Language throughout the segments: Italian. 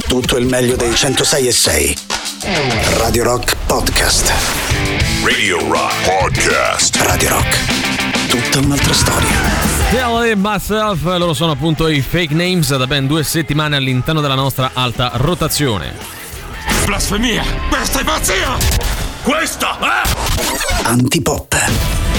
tutto il meglio dei 106.6. Radio Rock Podcast. Radio Rock Podcast. Radio Rock. Tutta un'altra storia. Tell It Myself, loro sono appunto i Fake Names da ben 2 settimane all'interno della nostra alta rotazione. Blasfemia! Questa è pazzia! Questa Antipop.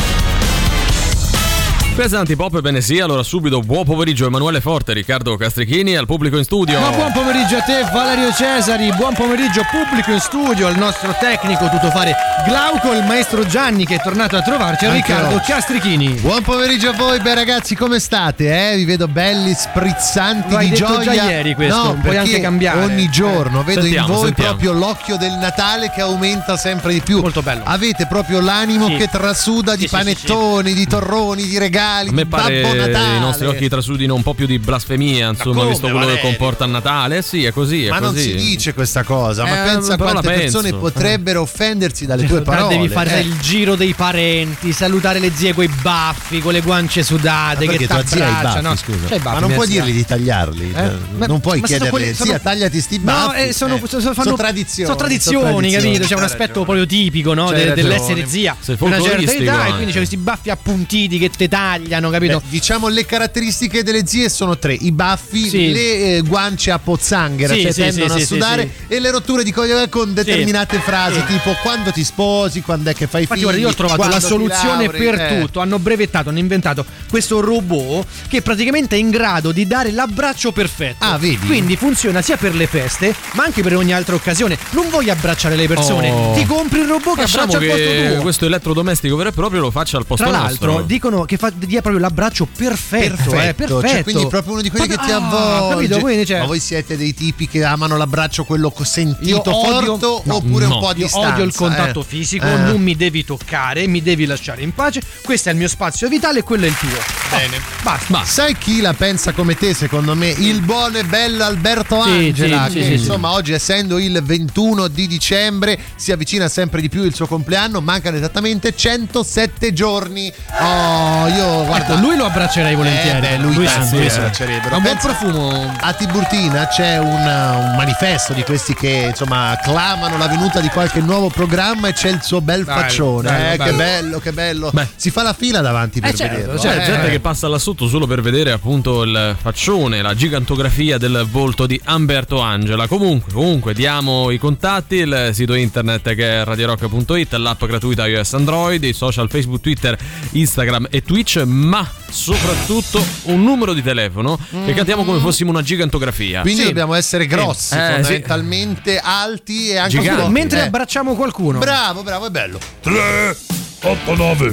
Questa è Antipop, ebbene sì, allora subito buon pomeriggio Emanuele Forte, Riccardo Castrichini al pubblico in studio. Ma buon pomeriggio a te Valerio Cesari, buon pomeriggio pubblico in studio, al nostro tecnico tuttofare Glauco, il maestro Gianni che è tornato a trovarci, a Riccardo Castrichini. Buon pomeriggio a voi, beh ragazzi, come state? Vi vedo belli, sprizzanti Lo di hai detto gioia. già ieri questo, no, puoi anche cambiare. Ogni giorno vedo Sentiamo, in voi sentiamo. proprio l'occhio del Natale che aumenta sempre di più. Molto bello. Avete proprio l'animo che trasuda di panettoni, di torroni, di regali, A me di pare Babbo Natale. i nostri occhi trasudino un po' più di blasfemia, insomma, come, visto quello Valerio? che comporta il Natale. Sì, è così, è Ma non così. si dice questa cosa, ma pensa a però quante la persone penso. potrebbero offendersi dalle tue parole. Devi fare il giro dei parenti, salutare le zie coi baffi, con le guance sudate, Perché che tua zia ha i baffi, no? scusa. C'hai i baffi, Ma non mia puoi zia. dirgli di tagliarli, non puoi Ma chiederle, sono quelli- zia, tagliati sti baffi. No, sono tradizioni. sono tradizioni, capito? C'è un aspetto proprio tipico, no? C'hai dell'essere ragione. zia Sei di una certa folcloristico età, e anche. quindi c'è questi baffi appuntiti che te tagliano, capito? Diciamo le caratteristiche delle zie sono 3: i baffi, Sì. le guance a pozzanghera, Sì, cioè sì, tendono sì, a sì, sudare, sì. e le rotture di cogliere con determinate frasi, Sì. tipo quando ti sposi, quando è che fai Infatti figli. guarda, io ho trovato quando la ti soluzione laurei, per tutto. Hanno brevettato, hanno inventato questo robot che praticamente è in grado di dare l'abbraccio perfetto. Ah, vedi? Quindi funziona sia per le feste, ma anche per ogni altra occasione. Non vuoi abbracciare le persone, Oh. ti compri il robot che Lasciamo abbraccia il posto che tuo. questo elettrodomestico vero e proprio lo faccia al posto Tra nostro. l'altro dicono che dia proprio l'abbraccio perfetto, perfetto. perfetto. Cioè, quindi proprio uno di quelli che ti avvolge. Capito? Quindi, cioè, Ma voi siete dei tipi che amano l'abbraccio quello sentito, Io odio- forte, no, oppure no. un po' a Io distanza? odio il contatto fisico, non mi devi toccare, mi devi lasciare in pace. Questo è il mio spazio vitale e quello è il tuo. Bene. Basta. Sai chi la pensa come te, secondo me? Il buono e bello Alberto Sì, Angela, sì, che sì, insomma oggi, essendo il 21 di dicembre, si avvicina sempre di più il suo compleanno. Mancano esattamente 107 giorni. Oh, io guarda, Ecco, lui lo abbraccerei volentieri. lui sì, tanto sì, si sì. abbraccerebbero. Ha un buon Pensa- profumo. A Tiburtina c'è un manifesto di questi che insomma acclamano la venuta di qualche nuovo programma, e c'è il suo bel Bello, faccione. bello, Che bello. bello, che bello. Beh. Si fa la fila davanti per certo, vederlo. C'è gente che passa là sotto solo per vedere appunto il faccione, la gigantografia del volto di Umberto Angela. Comunque diamo i contatti, il sito internet che è radiorock.it, l'app gratuita iOS Android, i social Facebook, Twitter, Instagram e Twitch, ma soprattutto un numero di telefono che cantiamo come fossimo una gigantografia. Quindi Sì. dobbiamo essere grossi, fondamentalmente alti e anche Giganti. forti. Mentre abbracciamo qualcuno. Bravo, è bello. 3 8 9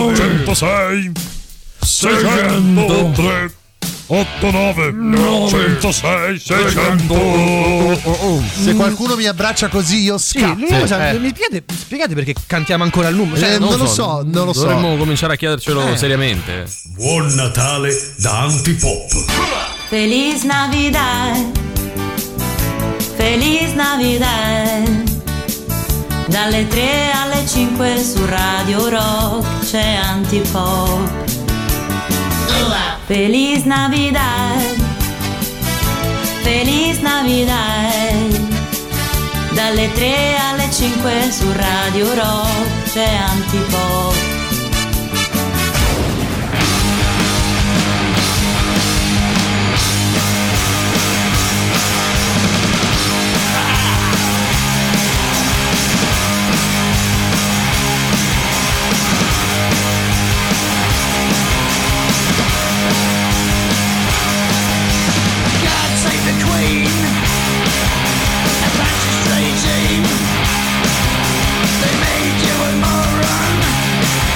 906 603 8 9 906 600. Se qualcuno mi abbraccia così io Sì, scappo. l'unica cosa, spiegate perché cantiamo ancora il numero. Cioè, non lo so. Dovremmo cominciare a chiedercelo seriamente. Buon Natale da Antipop. Feliz Navidad, Feliz Navidad. Dalle 3 alle 5 su Radio Rock c'è Antipop. Feliz Navidad, Feliz Navidad. Dalle 3 alle 5 su Radio Rock c'è Antipop. God save the Queen, Apache Stray Team. They made you a moron.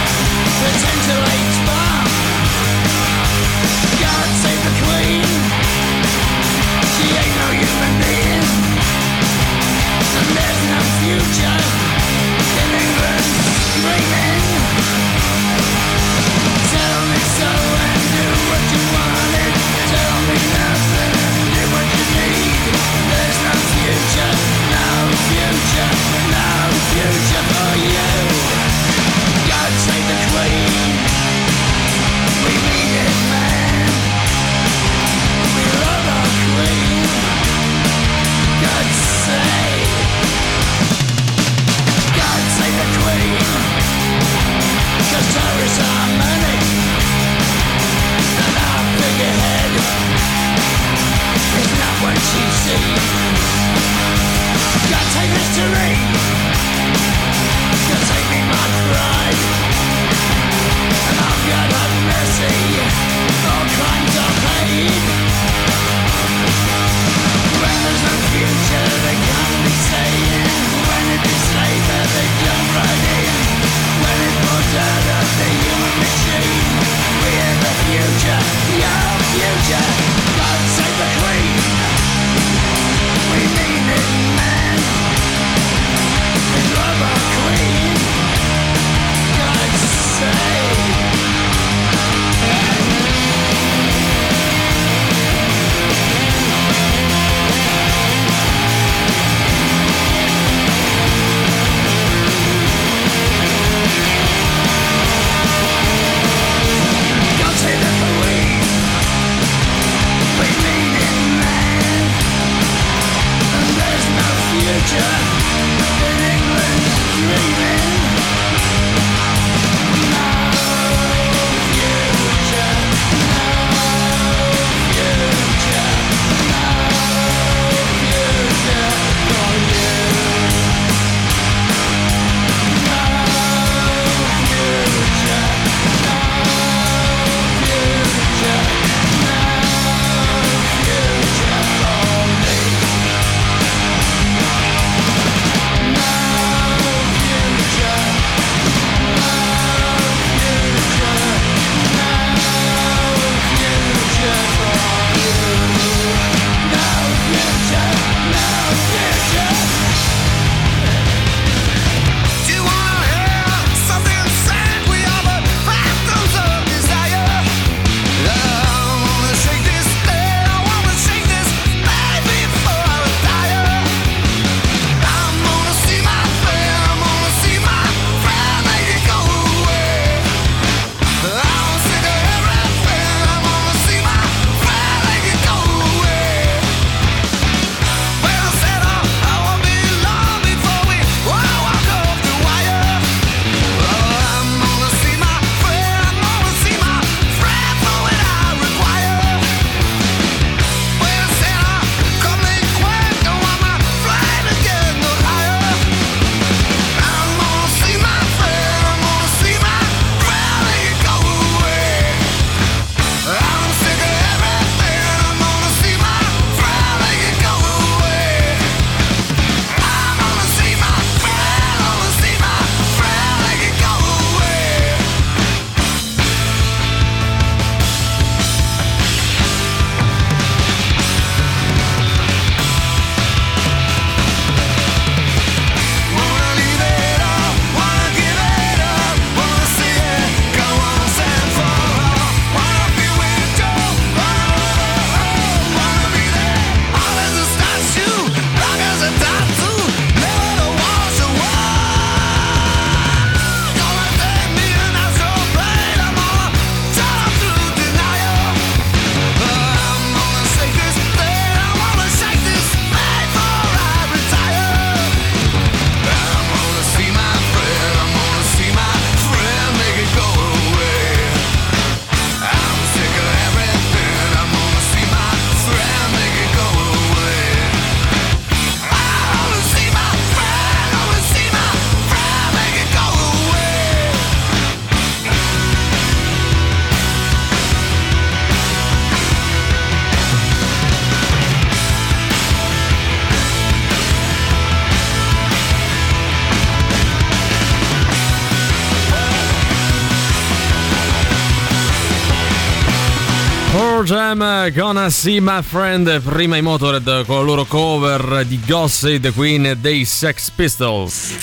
Pearl Jam, Gonna See My Friend, prima i Motorhead con la loro cover di God Save the Queen dei Sex Pistols.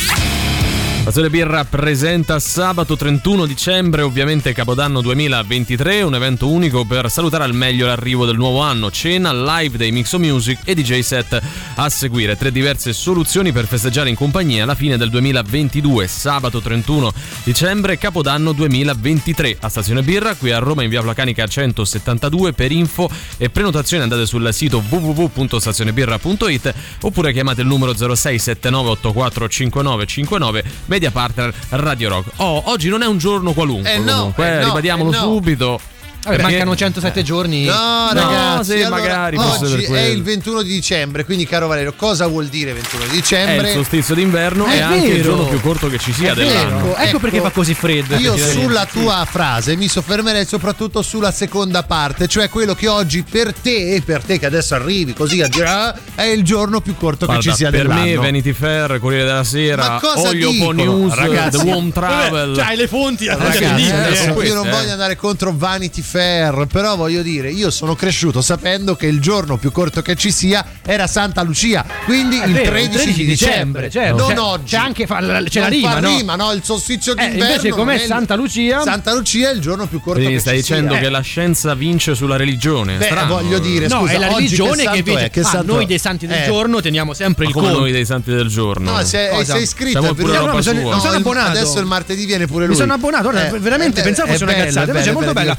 Stazione Birra presenta sabato 31 dicembre, ovviamente Capodanno 2023, un evento unico per salutare al meglio l'arrivo del nuovo anno, cena, live dei Mixo Music e DJ set a seguire, 3 diverse soluzioni per festeggiare in compagnia la fine del 2022, sabato 31 dicembre, Capodanno 2023, a Stazione Birra, qui a Roma in via Placanica 172, per info e prenotazione andate sul sito www.stazionebirra.it oppure chiamate il numero 0679845959, media partner Radio Rock. Oggi non è un giorno qualunque, ribadiamolo subito. Vabbè, mancano 107 giorni. No, ragazzi, sì, allora, magari oggi è il 21 di dicembre, quindi caro Valerio, cosa vuol dire 21 di dicembre? È il solstizio d'inverno, è anche il giorno più corto che ci sia dell'anno. Ecco perché fa così freddo. Io sulla tua frase mi soffermerei soprattutto sulla seconda parte, cioè quello che oggi per te che adesso arrivi così a dire è il giorno più corto che ci sia dell'anno. Per me Vanity Fair, Corriere della Sera, Olio Po News, ragazzi, The Warm Travel. C'hai le fonti, ragazzi, io non voglio andare contro Vanity Fair, però voglio dire, io sono cresciuto sapendo che il giorno più corto che ci sia era Santa Lucia, quindi il 13 di dicembre, certo. Non oggi. C'è anche la rima, no? Il solstizio d'inverno. Invece com'è Santa Lucia? Santa Lucia è il giorno più corto Quindi che stai ci sia. dicendo che la scienza vince sulla religione? Voglio dire, no, scusa, è la religione che vince. Noi dei santi del giorno teniamo sempre il come conto. noi dei santi del giorno? No, sei iscritto. Pure roba mi sono abbonato. Adesso il martedì viene pure lui. Mi sono abbonato, veramente pensavo fosse una cazzata, invece è molto bella. Oggi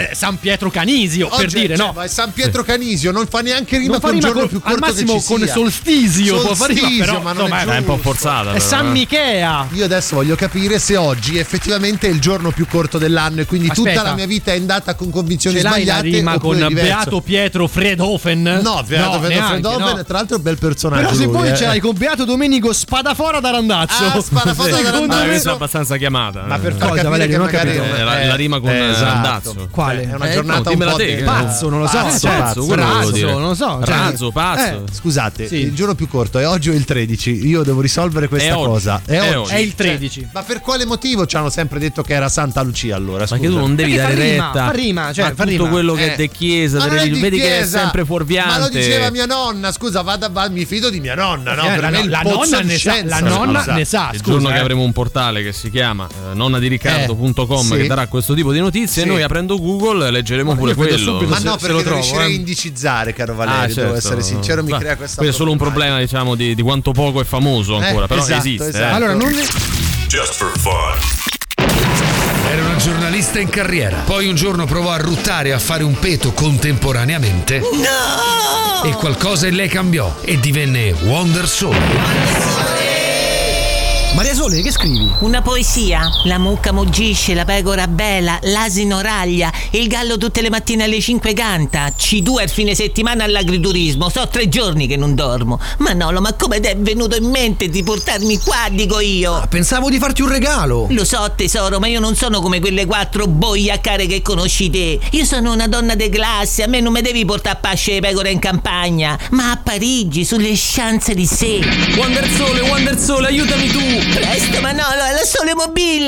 San Pietro Canisio, per dire, no? Ma è San Pietro Canisio, non fa neanche rima Non fa con il rima giorno più corto al massimo che ci con sia. solstizio può fare rima, Solstizio, però ma non insomma, è È un po' forzata. è però, San Michea. Io adesso voglio capire se oggi effettivamente è il giorno più corto dell'anno e quindi Aspetta. tutta la mia vita è andata con convinzioni Ce l'hai la sbagliate. rima con oppure diverso? Beato Pietro Fredhofen? No, Beato Pietro neanche, Fredhofen, no. tra l'altro è un bel personaggio. Però se lui, poi ce l'hai con Beato Domenico Spadafora da Randazzo. Ah, Spadafora da Secondo Randazzo. me- Questa è abbastanza chiamata. Ma per Cosa, far capire Valerio, che non ho magari capito. La rima con Randazzo. Quale? È una no, giornata un dimmela po' te, di- che- Pazzo, non lo so. Pazzo, cioè, pazzo, quello volevo dire. non lo so. cioè- Razzo, pazzo. Scusate, Sì. il giorno più corto è oggi o il 13? Io devo risolvere questa È oggi. cosa. È oggi. È il 13. Cioè, ma per quale motivo ci hanno sempre detto che era Santa Lucia allora? Ma Scusa. che tu non devi Perché dare fa rima, retta fa rima, cioè, a fa tutto rima. quello che è de chiesa, Ma delle non è di vedi che è chiesa. sempre fuorviante. Ma lo diceva mia nonna, scusa, mi fido di mia nonna, no? Per me il la pozzo nonna di ne sa, scienza, la nonna scusa. ne sa. Il Scusa, giorno che avremo un portale che si chiama nonnadiriccardo.com sì. che darà questo tipo di notizie Sì. e noi aprendo Google leggeremo pure io vedo quello. subito Ma se- no, se perché lo devo trovo, riuscire a indicizzare, caro Valerio, devo certo. essere sincero, mi Ma crea questa questo è solo un problema, diciamo, di quanto poco è famoso ancora, però esatto, esiste. esatto. Allora, non Just for fun. Era una giornalista in carriera. Poi un giorno provò a ruttare e a fare un peto contemporaneamente. No! E qualcosa in lei cambiò e divenne Wonder Soul. Maria Sole, che scrivi? Una poesia. La mucca muggisce, la pecora bela, l'asino raglia, il gallo tutte le mattine alle 5 canta, C2 il fine settimana all'agriturismo, so 3 giorni che non dormo. Manolo, ma come ti è venuto in mente di portarmi qua, dico io? Pensavo di farti un regalo. Lo so tesoro, ma io non sono come quelle 4 boiaccare che conosci te. Io sono una donna de classe, a me non mi devi portare a pasce le pecore in campagna, ma a Parigi, sulle Champs-Élysées. Wonder Sole, aiutami tu! Presto Manolo, è la Sole Mobile!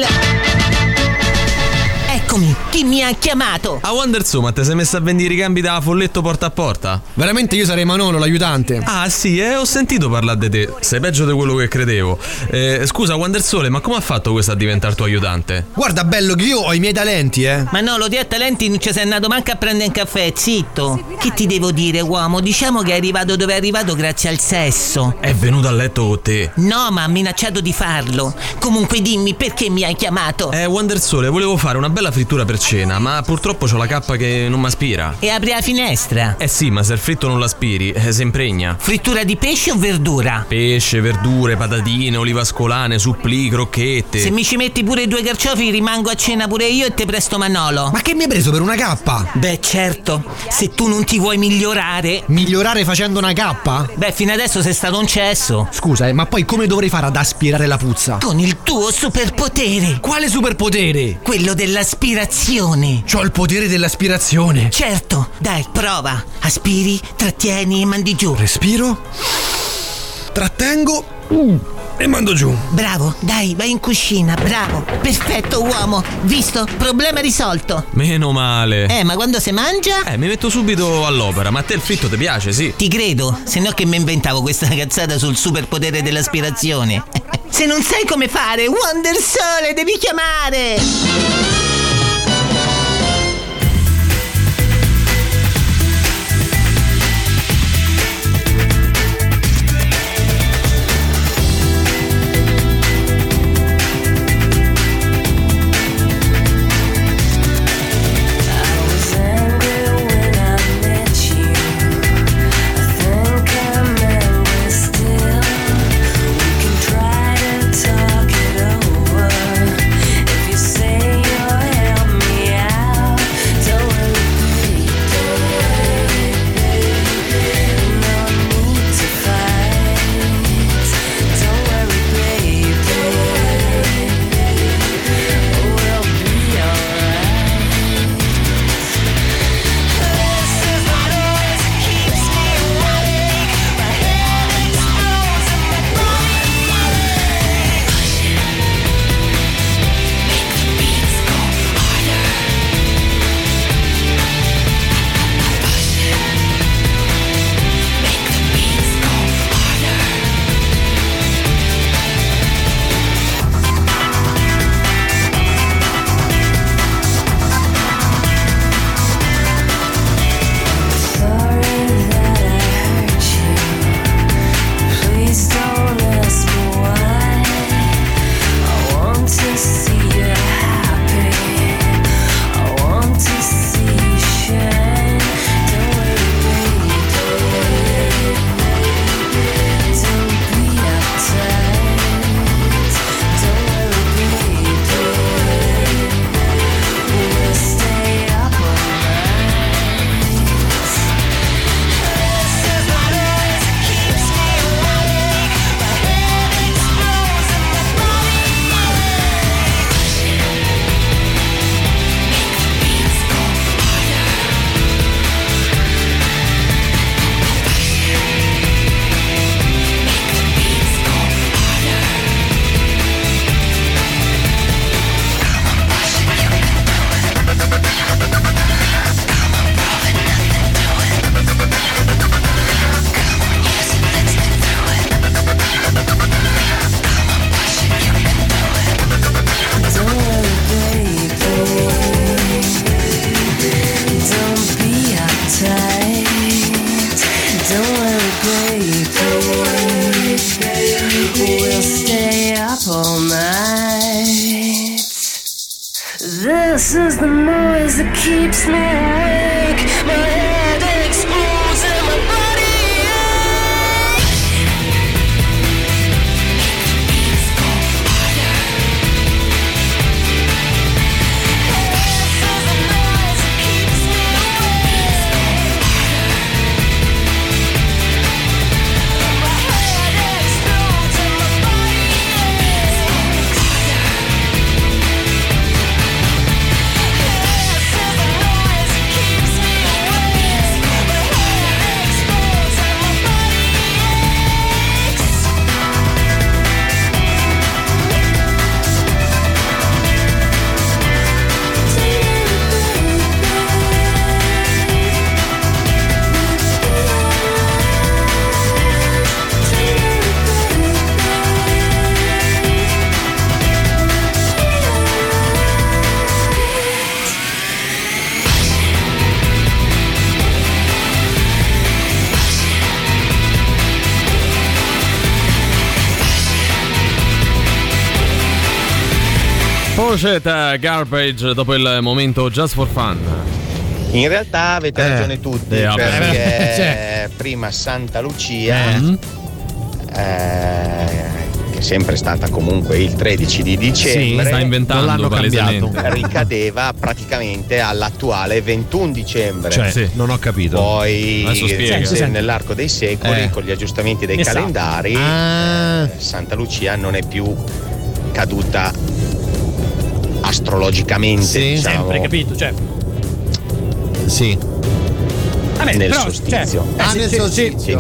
Eccomi, chi mi ha chiamato? A Wonder Sole, ma ti sei messa a vendere i cambi da folletto porta a porta? Veramente io sarei Manolo, l'aiutante. Ah sì, ho sentito parlare di te. Sei peggio di quello che credevo. Scusa, Wonder Sole, ma come ha fatto questo a diventare tuo aiutante? Guarda, bello, che io ho i miei talenti, Manolo, ti a talenti non ci sei andato manco a prendere un caffè, zitto. Che ti devo dire, uomo? Diciamo che è arrivato dove è arrivato grazie al sesso. È venuto a letto con te. No, ma ha minacciato di farlo. Comunque dimmi, perché mi hai chiamato? Wonder Sole, volevo fare una bella frittura per cena, ma purtroppo c'ho la cappa che non mi aspira. E apri la finestra. Eh sì, ma se il fritto non l'aspiri, si impregna. Frittura di pesce o verdura? Pesce, verdure, patatine, olive ascolane, supplì, crocchette. Se mi ci metti pure 2 carciofi rimango a cena pure io e te presto Manolo. Ma che mi hai preso per una cappa? Beh certo, se tu non ti vuoi migliorare. Migliorare facendo una cappa? Beh, fino adesso sei stato un cesso. Scusa, ma poi come dovrei fare ad aspirare la puzza? Con il tuo superpotere. Quale superpotere? Quello dell'aspirazione. C'ho il potere dell'aspirazione. Certo, dai, prova. Aspiri, trattieni e mandi giù. Respiro, trattengo e mando giù. Bravo, dai, vai in cucina, bravo. Perfetto, uomo. Visto? Problema risolto. Meno male. Ma quando si mangia? Mi metto subito all'opera, ma a te il fritto ti piace, sì? Ti credo, se no che mi inventavo questa cazzata sul superpotere dell'aspirazione. Se non sai come fare, Wonder Sole, devi chiamare! Talk it over. If you say you're keeps me awake. My head explodes and my body Pochette Garbage dopo il momento Just for Fun. In realtà avete ragione tutti, perché prima Santa Lucia, che è sempre stata comunque il 13 di dicembre, sta inventando, non l'hanno cambiato, ricadeva praticamente all'attuale 21 dicembre. Cioè, sì, non ho capito. Poi nell'arco dei secoli, con gli aggiustamenti dei calendari, Santa Lucia non è più caduta astrologicamente, diciamo. Sempre capito, cioè. Sì. Vabbè, nel però, solstizio. Nel solstizio.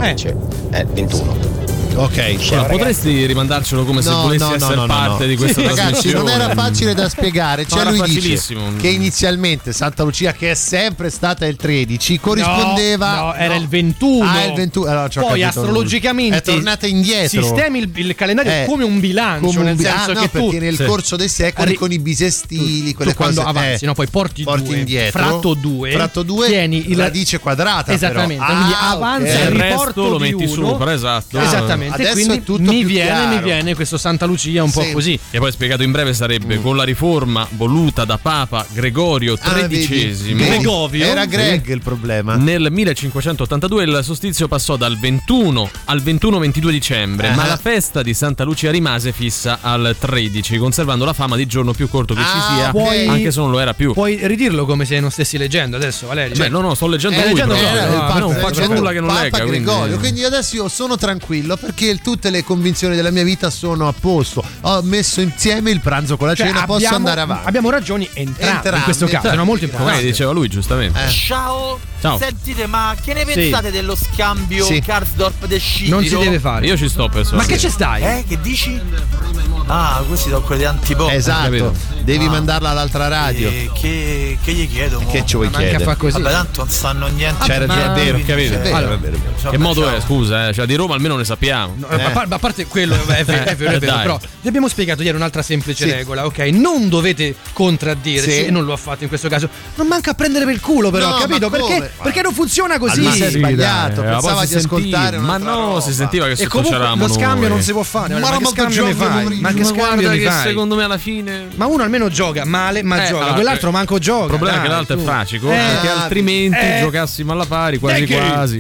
21. Ok, ma potresti rimandarcelo come se volessi essere parte di questa trasmissione? Ragazzi, non era facile da spiegare. Cioè, no, lui dice che inizialmente Santa Lucia, che è sempre stata il 13, corrispondeva. No, era il 21. Il 21. Allora, poi astrologicamente è tornata indietro. Sistemi il calendario come un bilancio, nel senso che tu, perché nel corso dei secoli con i bisestili, quelle tu cose quando avanzi, poi porti indietro. Fratto 2 tieni la radice quadrata. Esattamente. Quindi avanza e il il riporto resto lo metti sopra, esatto. Esattamente. Adesso quindi è tutto mi più viene questo Santa Lucia un po' così. E poi spiegato in breve sarebbe con la riforma voluta da Papa Gregorio XIII. Era Greg il problema. Nel 1582 il solstizio passò dal 21 al 21-22 dicembre, ma la festa di Santa Lucia rimase fissa al 13, conservando la fama di giorno più corto che ci sia, anche se non lo era più. Puoi ridirlo come se non stessi leggendo adesso, Valerio? Beh, no, sto leggendo lui, non faccio nulla che non legga. Quindi adesso io sono tranquillo perché tutte le convinzioni della mia vita sono a posto. Ho messo insieme il pranzo con la cena, posso andare avanti. Abbiamo ragioni entrambi in questo caso, sono molto importanti. Come diceva lui giustamente. Ciao. Sentite, ma che ne pensate dello scambio Karsdorp-De Scidico? Non si deve fare. Io ci sto per Ma che ci stai? Che dici? Ah, questi sono quelli antipop. Esatto, devi mandarla all'altra radio. Che gli chiedo? Che ci vuoi chiedere? Fa così. Vabbè, tanto non sanno niente. C'è ragione, è vero, capito? Allora, che modo è, scusa, cioè di Roma almeno ne sappiamo. A parte quello, è vero, però vi abbiamo spiegato ieri un'altra semplice regola, ok? Non dovete contraddirci, e non lo ha fatto in questo caso. Non manca a prendere per il culo, però, capito? Perché non funziona così. Ma sei sbagliato, pensava di ascoltare. Ma no, si sentiva che e comunque lo scambio non si può fare. Ma che scambio ne fai? Ma che scambio ne fai? Secondo me alla fine. Ma uno almeno gioca male, ma gioca. Allora, quell'altro manco gioca. Il problema è che l'altro è fracico, perché altrimenti giocassimo alla pari, quasi.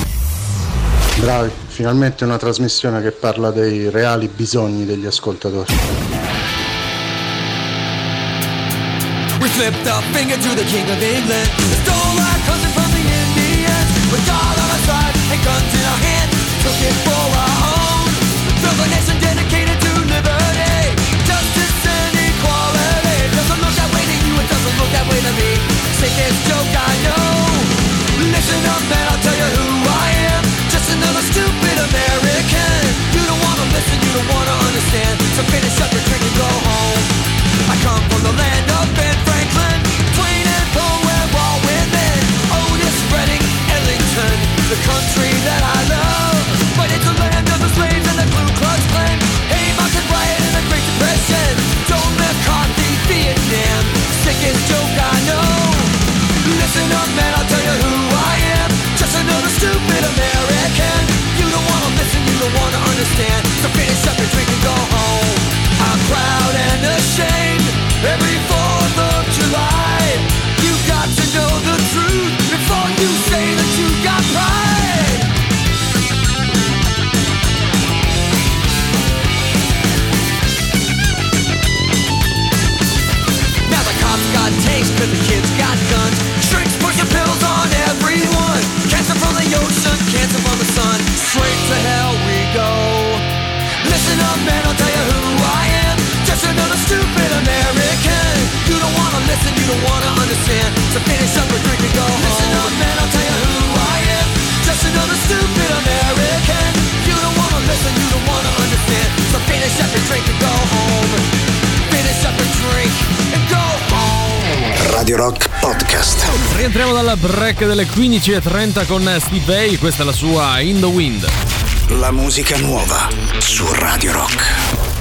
Bravi, finalmente una trasmissione che parla dei reali bisogni degli ascoltatori. We slipped our finger to the King of England, stole our cousin from the Indians, with all on our side and guns in our hand, took it for our own. Built a nation dedicated to liberty, justice and equality. It doesn't look that way to you, it doesn't look that way to me. Sickest joke I know. Listen up man, I'll tell you who I am. Just another stupid American. You don't wanna listen, you don't wanna understand. So finish up your drink and go home. I come from the land of Ben Franklin, Twain and Poe, where all women. Otis Redding, Ellington, the country that I Rock Podcast. Rientriamo dalla break delle 15:30 con Steve Vai, questa è la sua In the Wind. La musica nuova su Radio Rock.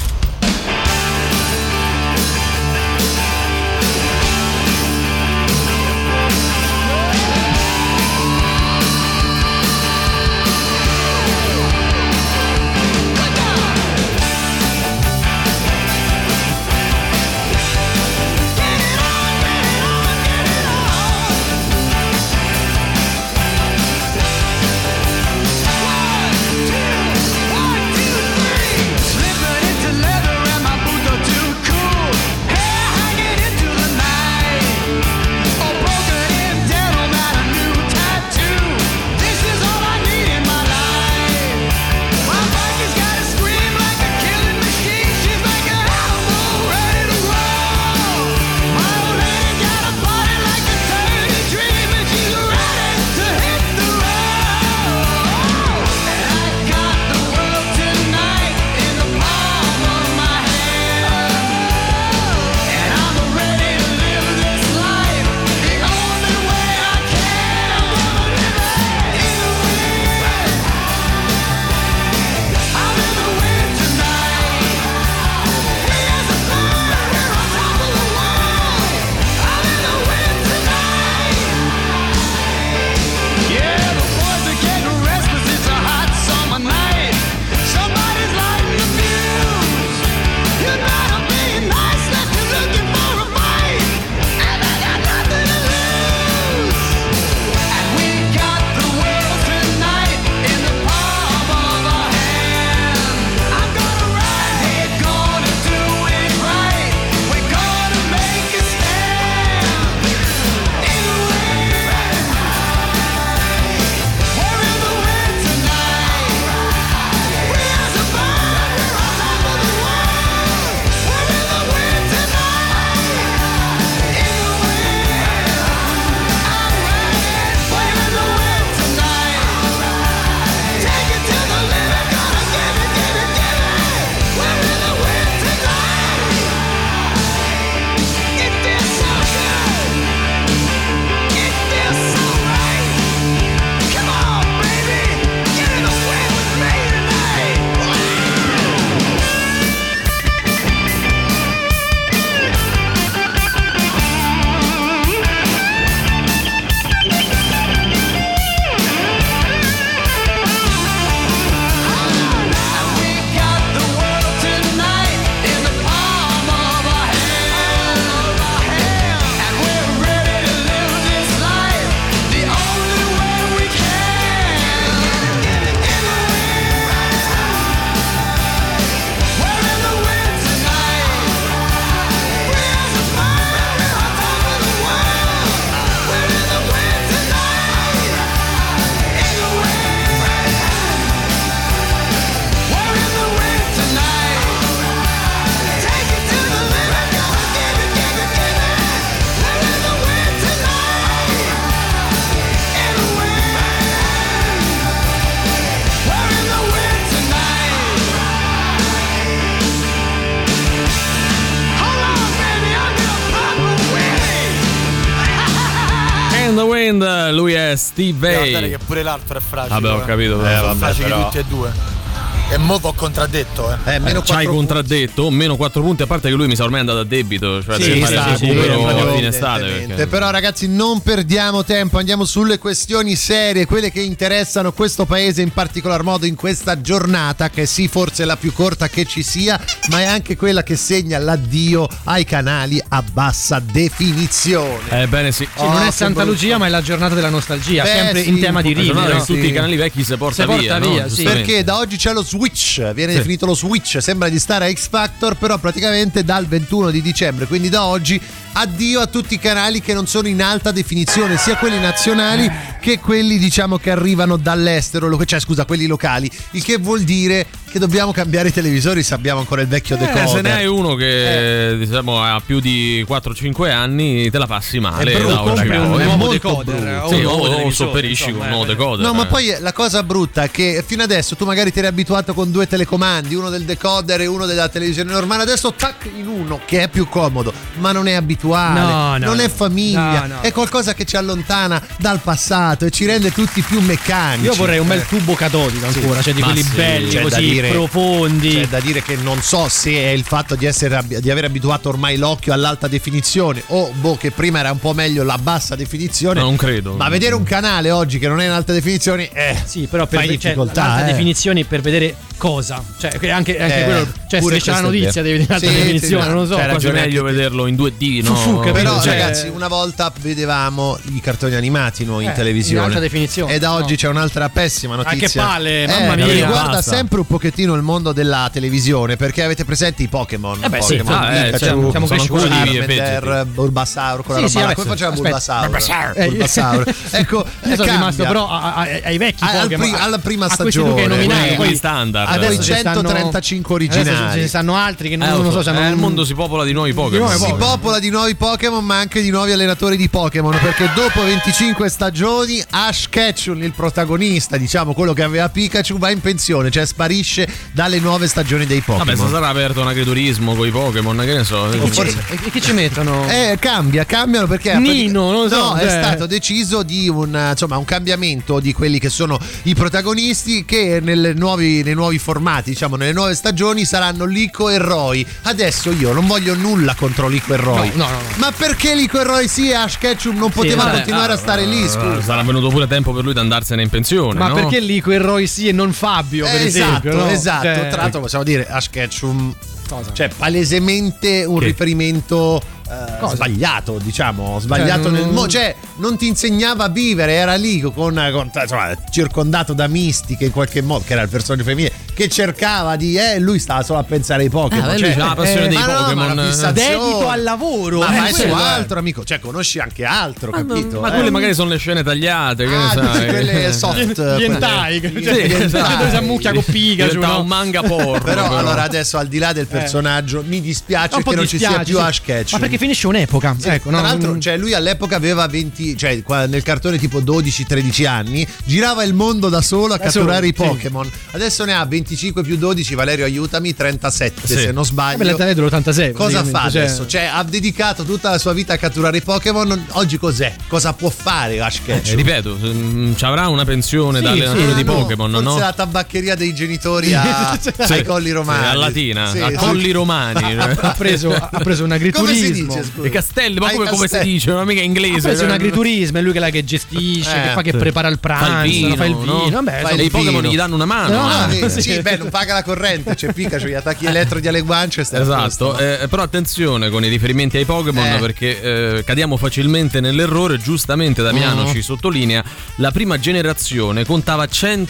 Lui è Steve Vai. Guardate che pure l'altro è fragile. Vabbè, ho capito. Sono fragili tutti e due. E mo' ho contraddetto, c'hai contraddetto, meno 4 punti, a parte che lui mi sa ormai è andato a debito, cioè deve fare il recupero a fine estate. Perché... Però ragazzi, non perdiamo tempo, andiamo sulle questioni serie, quelle che interessano questo paese in particolar modo in questa giornata, che sì, forse è la più corta che ci sia, ma è anche quella che segna l'addio ai canali a bassa definizione. Ebbene sì. Non è Santa Lucia, ma è la giornata della nostalgia, sempre in tema di rime, no? Tutti i canali vecchi si porta via, no? Sì. Perché da oggi c'è lo Switch, viene definito lo Switch, sembra di stare a X Factor, però praticamente dal 21 di dicembre, quindi da oggi, addio a tutti i canali che non sono in alta definizione, sia quelli nazionali che quelli diciamo che arrivano dall'estero, cioè scusa, quelli locali, il che vuol dire che dobbiamo cambiare i televisori se abbiamo ancora il vecchio decoder. Se ne hai uno che diciamo ha più di 4-5 anni, te la passi male. È brutto, un nuovo decoder. O sopperisci con un nuovo decoder. No, ma poi la cosa brutta è che fino adesso tu magari ti eri abituato con 2 telecomandi, uno del decoder e uno della televisione normale, adesso tac in uno, che è più comodo, ma non è abituale, non è famiglia, è qualcosa che ci allontana dal passato e ci rende tutti più meccanici. Io vorrei un bel tubo catodico ancora, cioè di quelli belli, così profondi. C'è da dire che non so se è il fatto di aver abituato ormai l'occhio all'alta definizione o che prima era un po' meglio la bassa definizione. No, non credo. Ma vedere un canale oggi che non è in alta definizione sì, però per difficoltà, alta definizione per vedere cosa? Cioè anche quello, cioè se c'è la notizia devi vedere in alta definizione, non lo so. C'era già meglio vederlo in 2D, no? Però ragazzi, una volta vedevamo i cartoni animati noi in televisione in alta definizione. E da oggi c'è un'altra pessima notizia. Che palle, mamma mia. Riguarda sempre un pochettino il mondo della televisione, perché avete presenti i Pokémon? Siamo cresciuti. Charmander, Bulbasaur, come faceva Bulbasaur? Ecco, sono rimasto però ai vecchi Pokémon, alla prima stagione che nominai, poi standard. Adesso 135 originali. Ce ne stanno altri che non so. Il mondo si popola di nuovi Pokémon. Si popola di nuovi Pokémon, ma anche di nuovi allenatori di Pokémon, perché dopo 25 stagioni Ash Ketchum, il protagonista, diciamo quello che aveva Pikachu, va in pensione, cioè sparisce dalle nuove stagioni dei Pokémon. Vabbè, se sarà aperto un agriturismo con i Pokémon, che ne so. E che ci mettono? Cambiano perché Nino, non lo so. È stato deciso di un cambiamento di quelli che sono i protagonisti, che nei nuovi formati, diciamo nelle nuove stagioni, saranno Lico e Roy. Adesso io non voglio nulla contro Lico e Roy. No. Ma perché Lico e Roy sì e Ash Ketchum non poteva continuare a stare lì? Scusa. Sarà venuto pure tempo per lui di andarsene in pensione. Ma no? perché Lico e Roy sì e non Fabio, per esempio? No? Esatto. Tra l'altro possiamo dire Ash Ketchum, cioè palesemente un riferimento sbagliato, diciamo, cioè non ti insegnava a vivere, era lì insomma, circondato da mistiche in qualche modo, che era il personaggio femminile che cercava di lui stava solo a pensare ai Pokémon, lui c'ha la passione dei Pokémon, dedito al lavoro, ma vai su altro, amico, cioè conosci anche altro, capito? Ma quelle magari sono le scene tagliate, che ne sai, quelle soft, gli hentai, dove si ammucchia con Pikachu, un manga porno. Però allora adesso, al di là del personaggio, mi dispiace che non ci sia più Ash Ketchum, ma perché finisce un'epoca. Ecco, tra l'altro, cioè lui all'epoca aveva 20, cioè nel cartone tipo 12-13 anni, girava il mondo da solo a catturare i Pokémon. Adesso ne ha 25 più 12, Valerio aiutami, 37 se non sbaglio. L'86. Cosa fa adesso? Cioè ha dedicato tutta la sua vita a catturare i Pokémon. Oggi cos'è? Cosa può fare Ash Ketchum? Ripeto, ci avrà una pensione da allenatore di Pokémon, forse no? la tabaccheria dei genitori ai Colli Romani, a Latina, a Colli Romani. Ha preso un agriturismo. Come si dice, I castelli, ma come si dice? Non è mica inglese. Ha preso un agriturismo, è lui che gestisce, che fa, che prepara il pranzo, fa il vino. Vabbè, i Pokémon gli danno una mano. Sì, beh, non paga la corrente, c'è Pikachu, gli attacchi elettrodi alle guance. Esatto, però attenzione con i riferimenti ai Pokémon, perché cadiamo facilmente nell'errore. Giustamente Damiano ci sottolinea, la prima generazione contava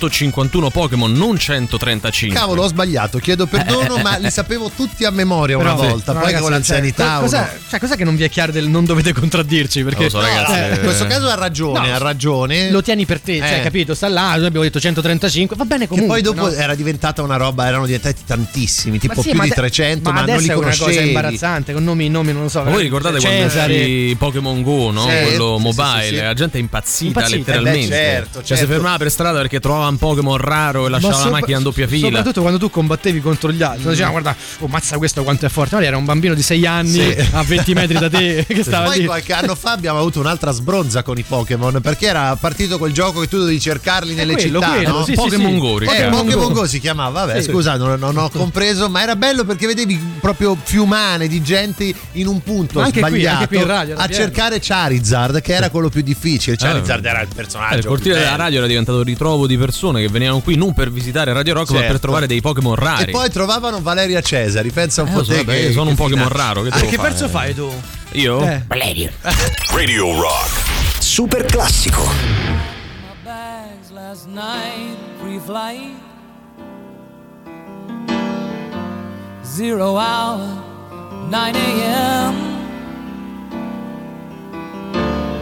151 Pokémon, non 135. Cavolo, ho sbagliato, chiedo perdono, ma li sapevo tutti a memoria una volta. Poi con l'anzianità cos'è che non vi è chiaro del non dovete contraddirci? Perché lo so, ragazzi, in questo caso ha ragione. Lo tieni per te, cioè, capito? Sta là, noi abbiamo detto 135, va bene comunque. Che poi dopo era diventata una roba, erano diventati tantissimi, tipo più di 300, ma non li conoscevi. È una cosa imbarazzante, con nomi non lo so. Ma voi ricordate Cesare, quando Pokémon Go, no? Quello mobile, la gente è impazzita letteralmente. Certo. Cioè si fermava per strada perché trovava un Pokémon raro e lasciava la macchina in doppia fila. Soprattutto quando tu combattevi contro gli altri, diceva guarda, mazza questo quanto è forte. Ma era un bambino di 6 anni a 20 metri da te che stava poi lì. Qualche anno fa abbiamo avuto un'altra sbronza con i Pokémon, perché era partito quel gioco che tu dovevi cercarli nelle città, no? Pokémon Go, Pokémon Go si chiamava, vabbè, scusa, non ho compreso, ma era bello perché vedevi proprio fiumane di gente in un punto sbagliato qui in radio, a cercare Charizard, che era quello più difficile. Charizard era il personaggio. Il cortile della radio era diventato ritrovo di persone che venivano qui non per visitare Radio Rock, ma per trovare dei Pokémon rari. E poi trovavano Valeria Cesari, pensa un po' te. Io sono un Pokémon raro. Che pezzo fai tu? Io? Valerio. Radio Rock. Super classico. My bags last night, pre-flight, 0 hour, 9 a.m.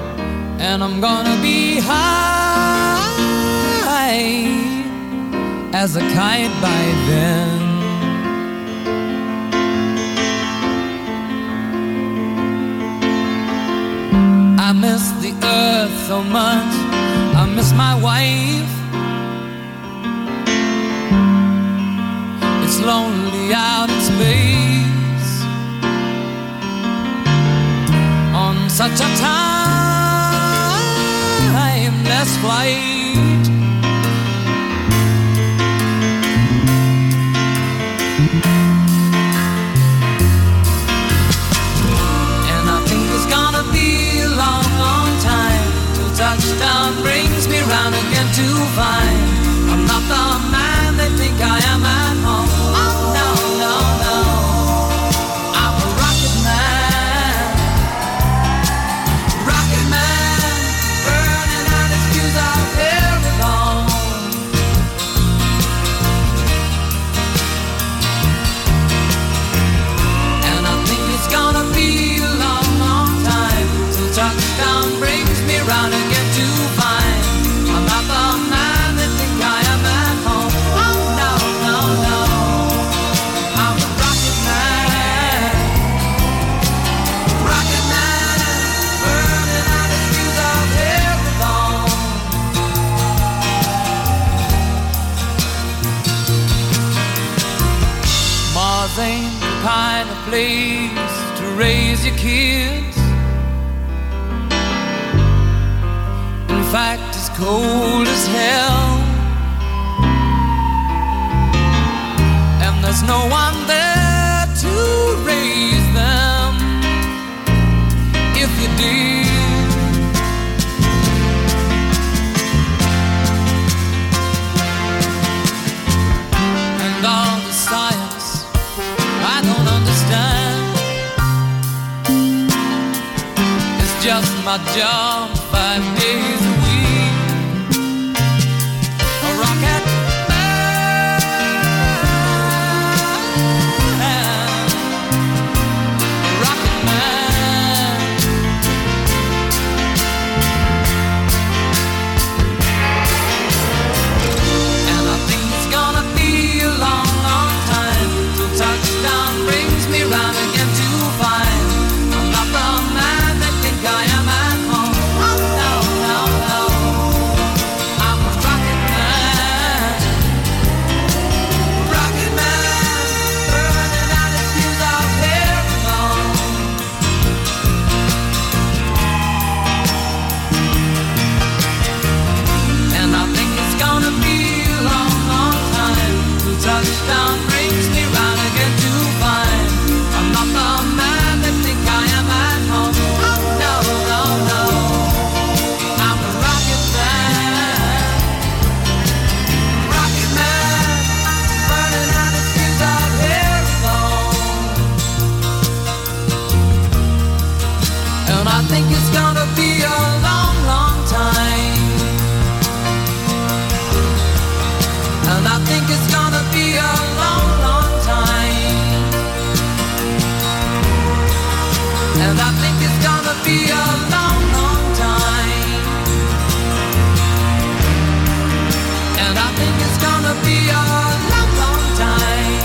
And I'm gonna be high as a kite by then. I miss the earth so much, I miss my wife. It's lonely out in space on such a timeless flight. And I think it's gonna be a long, long time till touchdown brings me round again to find I'm not the man they think I am at home. Oh no, no, no, I'm a rocket man, burning out his fuse out there alone. And I think it's gonna be a long, long time till touchdown brings me round again to find I'm not the man they think I am at home. Oh no, no, no, I'm a rocket man, burning out his fuse out there alone. Mars ain't the kind of place to raise your kids. In fact, it's cold as hell, and there's no one there to raise them if you did. And all the science I don't understand, it's just my job 5 days a week. A rocket man, a rocket man. And I think it's gonna be a long, long time till touchdown brings me round again to find I'm not the man they think I am at home. Oh no, no, no, I'm a rocket man, burning out his fuse out here alone. And I think it's gonna be a long, long time till touchdown brings me round again to find I'm not the man they think I am at home. Oh no, no, no, I'm a rocket man, burning out his fuse out here alone. And I think it's gonna be a long, long time. And I think it's gonna be a long, long time. And I think it's gonna be a long, long time. And I think it's gonna be a long, long time.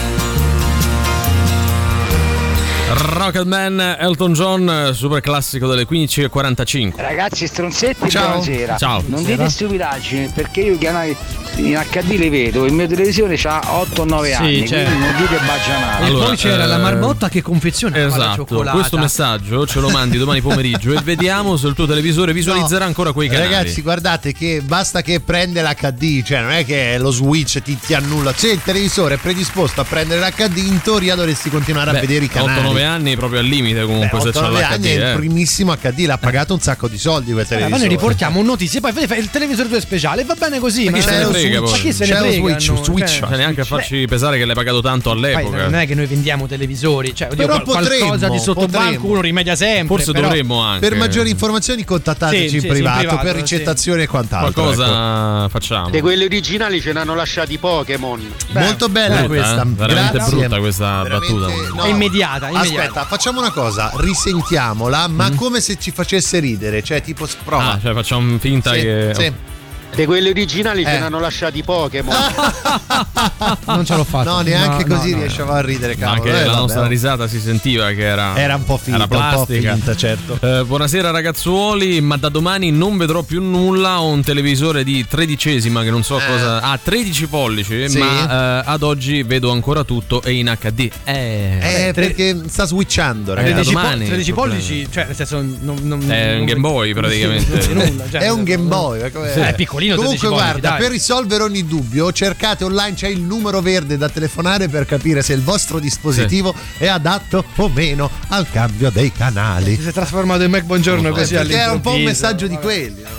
Rocketman, Elton John, super classico delle 15:45. Ragazzi stronzetti, Ciao. buonasera. Ciao. Non dite stupidaggini, perché io i canali in HD li vedo, il mio televisione ha 8-9 anni, certo. quindi non dite baggianate. E poi c'era la marmotta che confezionava la Esatto, cioccolata. questo messaggio ce lo mandi domani pomeriggio e vediamo se il tuo televisore visualizzerà ancora quei canali. Ragazzi, guardate che basta che prende l'HD, cioè non è che lo switch ti annulla. Se il televisore è predisposto a prendere l'HD, in teoria dovresti continuare a vedere i canali. 8-9 anni proprio al limite comunque. Se c'è 8-9 l'HD, anni è il primissimo HD, l'ha pagato un sacco di soldi quel televisore. Ma noi riportiamo notizie, poi fai il televisore 2 speciale, va bene così. Ma chi se ne frega, ma chi se ne c'è lo frega? switch, cioè neanche a farci pesare che l'hai pagato tanto all'epoca. Non è che noi vendiamo televisori, cioè oddio, Però qualcosa di sottobanco uno rimedia sempre. Forse però dovremmo anche. Per maggiori informazioni contattateci in privato per ricettazioni e quant'altro. Qualcosa facciamo. Di quelli originali ce ne hanno lasciati Pokémon. Molto bella questa. Veramente Grazie. brutta questa battuta. No. È immediata. Aspetta, facciamo una cosa, risentiamola, ma come se ci facesse ridere, cioè tipo prova. Cioè facciamo finta Sì, che. sì. di quelli originali ce ne hanno lasciati Pokémon. Non ce l'ho fatta. No, neanche così riusciamo a ridere, cavolo. Anche la nostra risata si sentiva che era un po' finta, era plastica. un po' finta, certo. Buonasera ragazzuoli, ma da domani non vedrò più nulla. Ho un televisore di 13esima che non so cosa. 13 pollici, sì. Ma ad oggi vedo ancora tutto e in HD. Perché sta switchando, ragazzi. 13 pollici, cioè nel senso è un Game Boy praticamente. Nulla, cioè, è un Game Boy. È piccolino. Comunque guarda, dai. per risolvere ogni dubbio cercate online, c'è il numero verde da telefonare per capire se il vostro dispositivo è adatto o meno al cambio dei canali. Si è trasformato in Mac Buongiorno così all'improvviso. Perché è un po' un messaggio di quelli, no?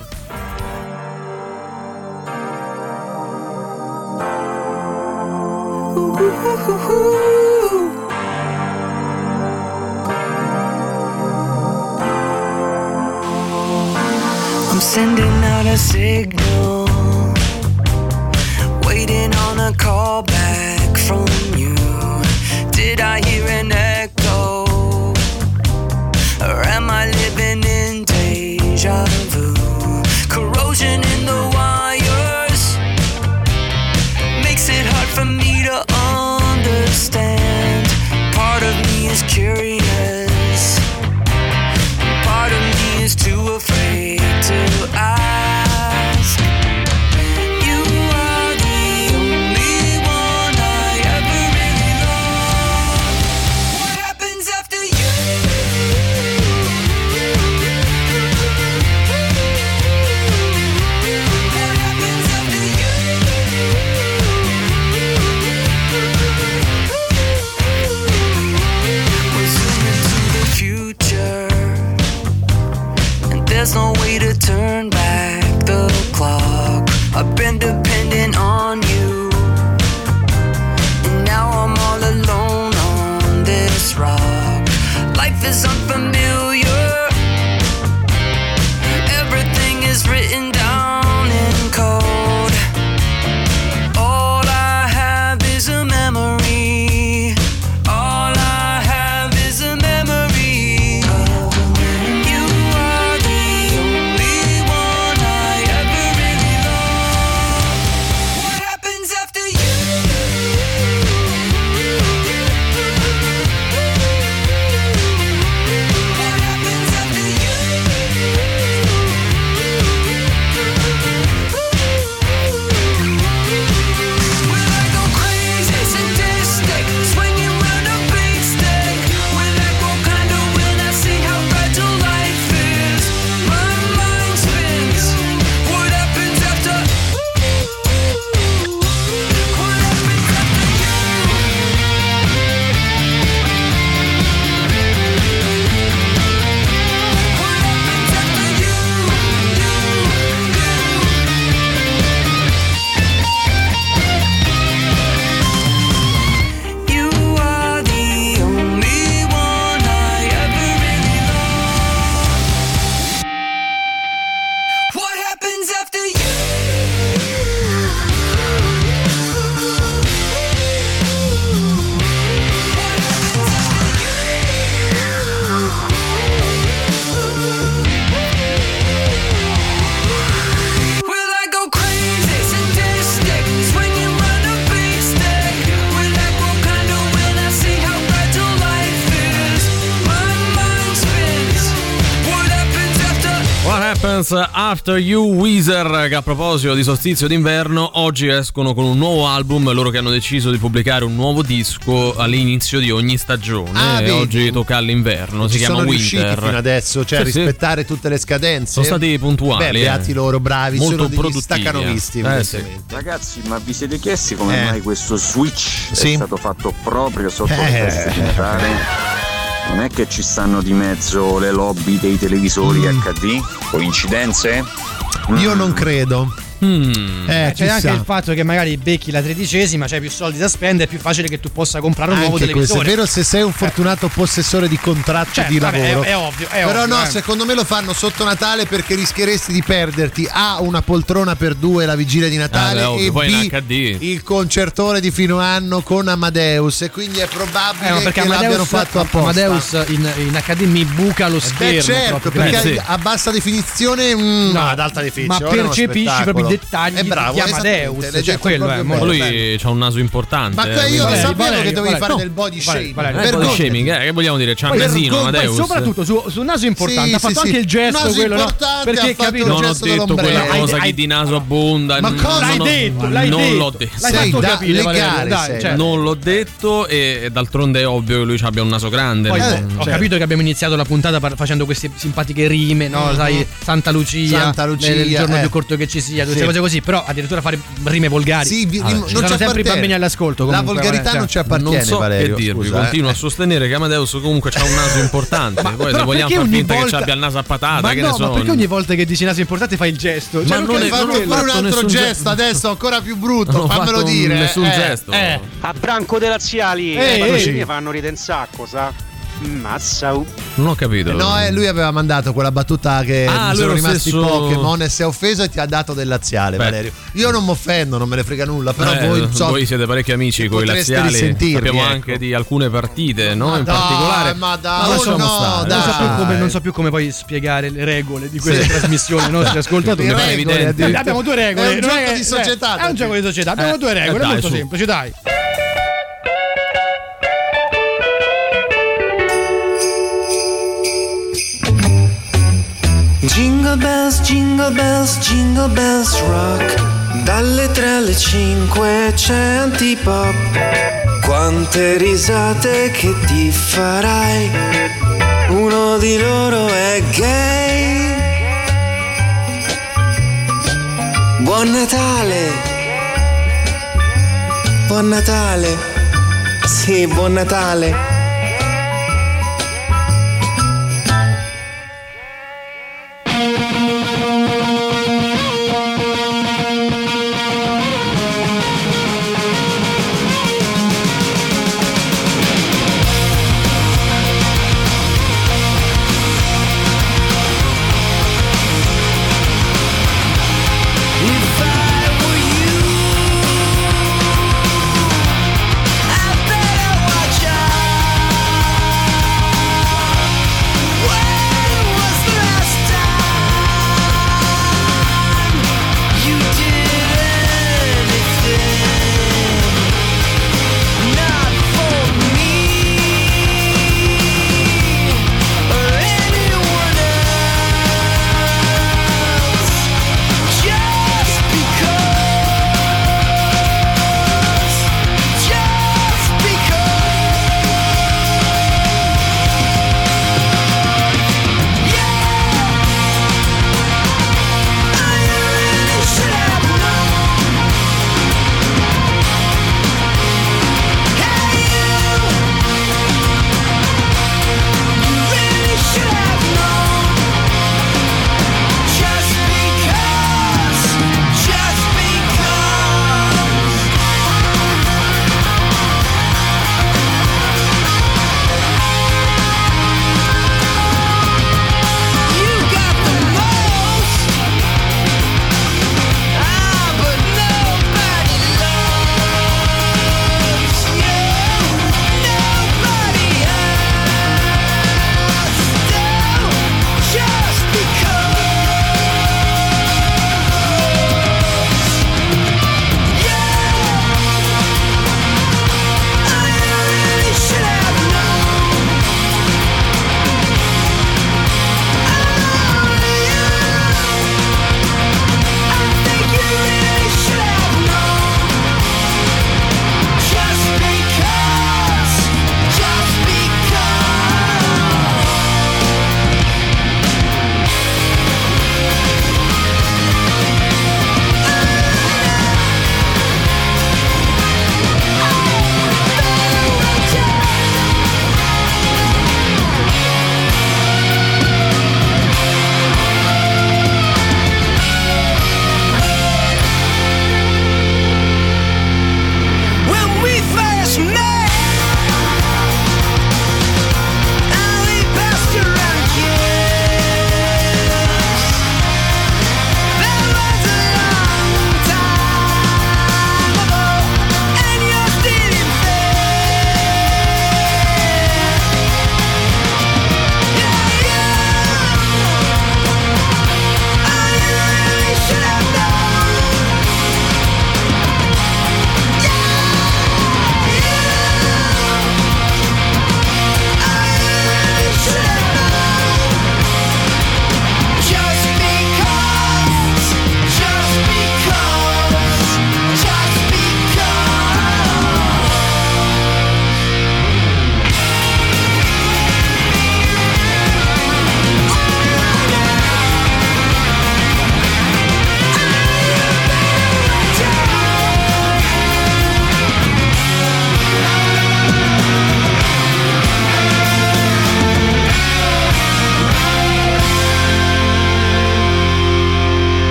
I'm sending out a signal, waiting on a call back from you. Did I hear an echo, or am I living in deja vu? Corrosion in the wires makes it hard for me to understand. Part of me is curious, part of me is too afraid to ask. You are the only one I ever really loved. What happens after you? What happens after you? We're zooming to the future, and there's no way to turn back the clock. I've been dependent on you, and now I'm all alone on this rock. Life is unfamiliar, everything is written down in code. All I have is a memory, all I have is a memory of a man. You are the only one I ever really loved. What happens after you? What happens after you? Will I go crazy, sadistic, swinging round a big stick? Will I go kinda when I see how fragile life is? My mind spins. What happens after? What happens after you? What happens after you? You are the only one I ever really loved. What happens after you? Will I go crazy, sadistic, swinging round a big stick? Will I go kinda when I see how fragile life is? My mind spins. What happens after? What Happens After You, Weezer, che a proposito di solstizio d'inverno oggi escono con un nuovo album, loro che hanno deciso di pubblicare un nuovo disco all'inizio di ogni stagione e oggi tocca all'inverno, si chiama sono Winter. riusciti fino adesso, cioè a rispettare tutte le scadenze. Sono stati puntuali. Beati loro, bravi, molto sono degli produttivi. staccanovisti, evidentemente. Ragazzi, ma vi siete chiesti come mai questo switch Sì. è stato fatto proprio sotto le feste di Natale? Non è che ci stanno di mezzo le lobby dei televisori HD? Coincidenze? Io non credo. C'è anche il fatto che magari becchi la 13esima, c'hai più soldi da spendere, è più facile che tu possa comprare un nuovo Anche questo televisore. è vero se sei un fortunato possessore di contratto di lavoro. È ovvio. Però no, secondo me lo fanno sotto Natale perché rischieresti di perderti A, una poltrona per due la vigilia di Natale ovvio, e poi in B, HD. il concertone di fine anno con Amadeus, e quindi è probabile perché che l'abbiano fatto apposta. Amadeus in HD mi buca lo schermo. Certo, proprio. perché a bassa definizione no, ad alta definizione ma percepisci proprio dettagli di Amadeus, cioè quello è ma lui c'ha un naso importante. Ma io lo sapevo che dovevi fare del body shaming. Body shaming, che vogliamo dire? C'ha un nasino Amadeus. Soprattutto su un naso importante ha fatto anche il gesto quello, no? Perché capito? Non ho detto quella cosa che di naso abbonda. Ma cosa l'hai detto? Non l'ho detto. L'hai fatto capire, legale, non l'ho detto e d'altronde è ovvio che lui abbia un naso grande. Poi ho capito che abbiamo iniziato la puntata facendo queste simpatiche rime, no? Sai, Santa Lucia, il giorno più corto che ci sia, tutte cose così, però addirittura fare rime volgari. Sì, non ci sono sempre i bambini all'ascolto. La volgarità non ci appartiene, non so Valerio, che dirvi, continuo a sostenere che Amadeus comunque c'ha un naso importante. Poi se vogliamo far finta che abbia il naso a patata, che ne so. Ma perché ogni volta che dici naso importante fai il gesto? Ma non hai fatto pure un altro gesto adesso ancora più brutto, fammelo dire. Nessun gesto. A branco dei laziali, mi fanno ridere un sacco, sa? Mazza. Non ho capito. No, lui aveva mandato quella battuta che mi sono rimasti Pokémon e si è offeso e ti ha dato del laziale. Valerio. Io non mi offendo, non me ne frega nulla, però voi siete parecchi amici con i laziali. Sappiamo anche di alcune partite, no? In particolare. Ma dai, non so più come poi spiegare le regole di questa trasmissione ai nostri ascoltatori. Abbiamo due regole. È un gioco di società. È un gioco di società. Abbiamo due regole, è molto semplice, dai. Jingle bells, jingle bells, jingle bells rock. Dalle 3 alle 5 c'è Antipop. Quante risate che ti farai. Uno di loro è gay. Buon Natale. Buon Natale. Sì, buon Natale. I better watch out.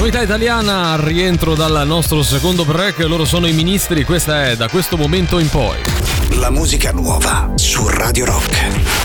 Novità italiana, rientro dal nostro secondo break, loro sono i Ministri, questa è Da questo momento in poi. La musica nuova su Radio Rock.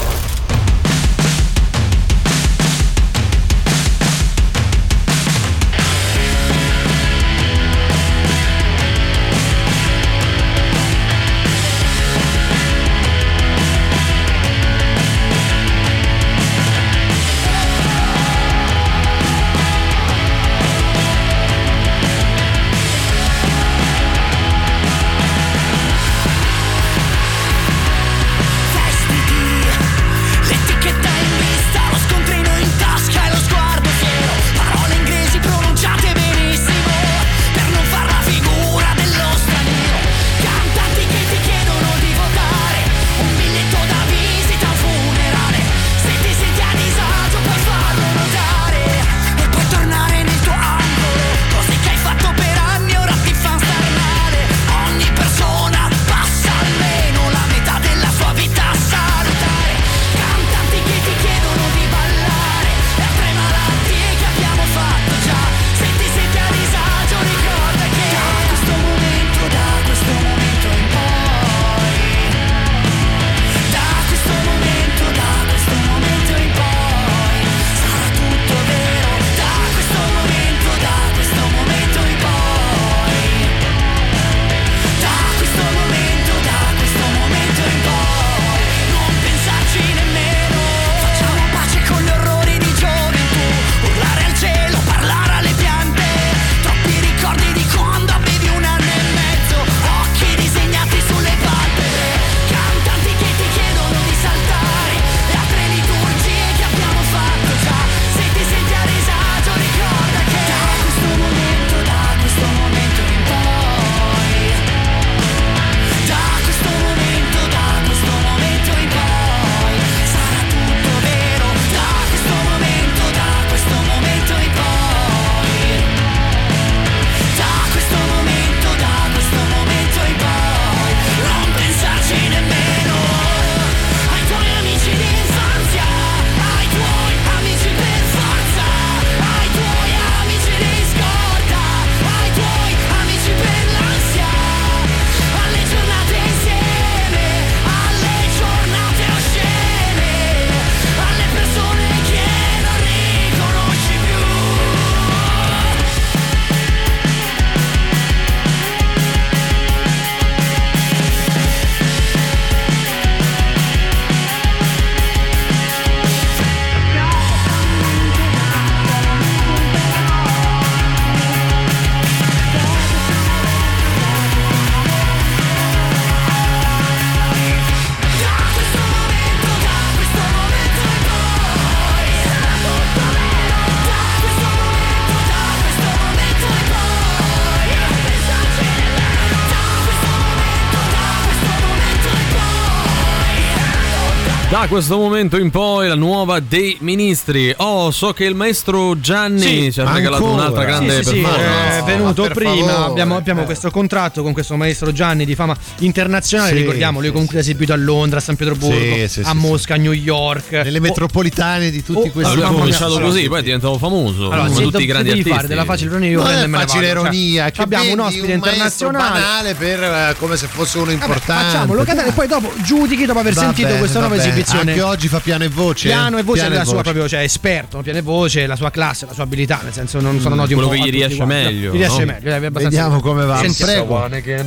Da questo momento in poi la nuova dei Ministri. Oh, so che il maestro Gianni ci ha regalato un'altra grande performance. È venuto prima. Abbiamo questo contratto con questo maestro Gianni di fama internazionale. Ricordiamo, lui comunque ha esibito a Londra, a San Pietroburgo, a Mosca, a New York, nelle metropolitane di tutti questi. Lui ha cominciato così, poi è diventato famoso. Allora, come tutti i grandi artisti. Fare della facile ironia, io non è facile ironia. Cioè, abbiamo un ospite internazionale banale per come se fosse uno importante. Facciamolo cadere e poi dopo giudichi dopo aver sentito questa nuova esibizione. Anche oggi fa piano e voce. Piano e voce della sua proprio, cioè esperto, piano e voce, la sua classe, la sua abilità, nel senso non sono noti un po'. Quello che gli riesce meglio. Gli riesce meglio, vediamo come va. Prego.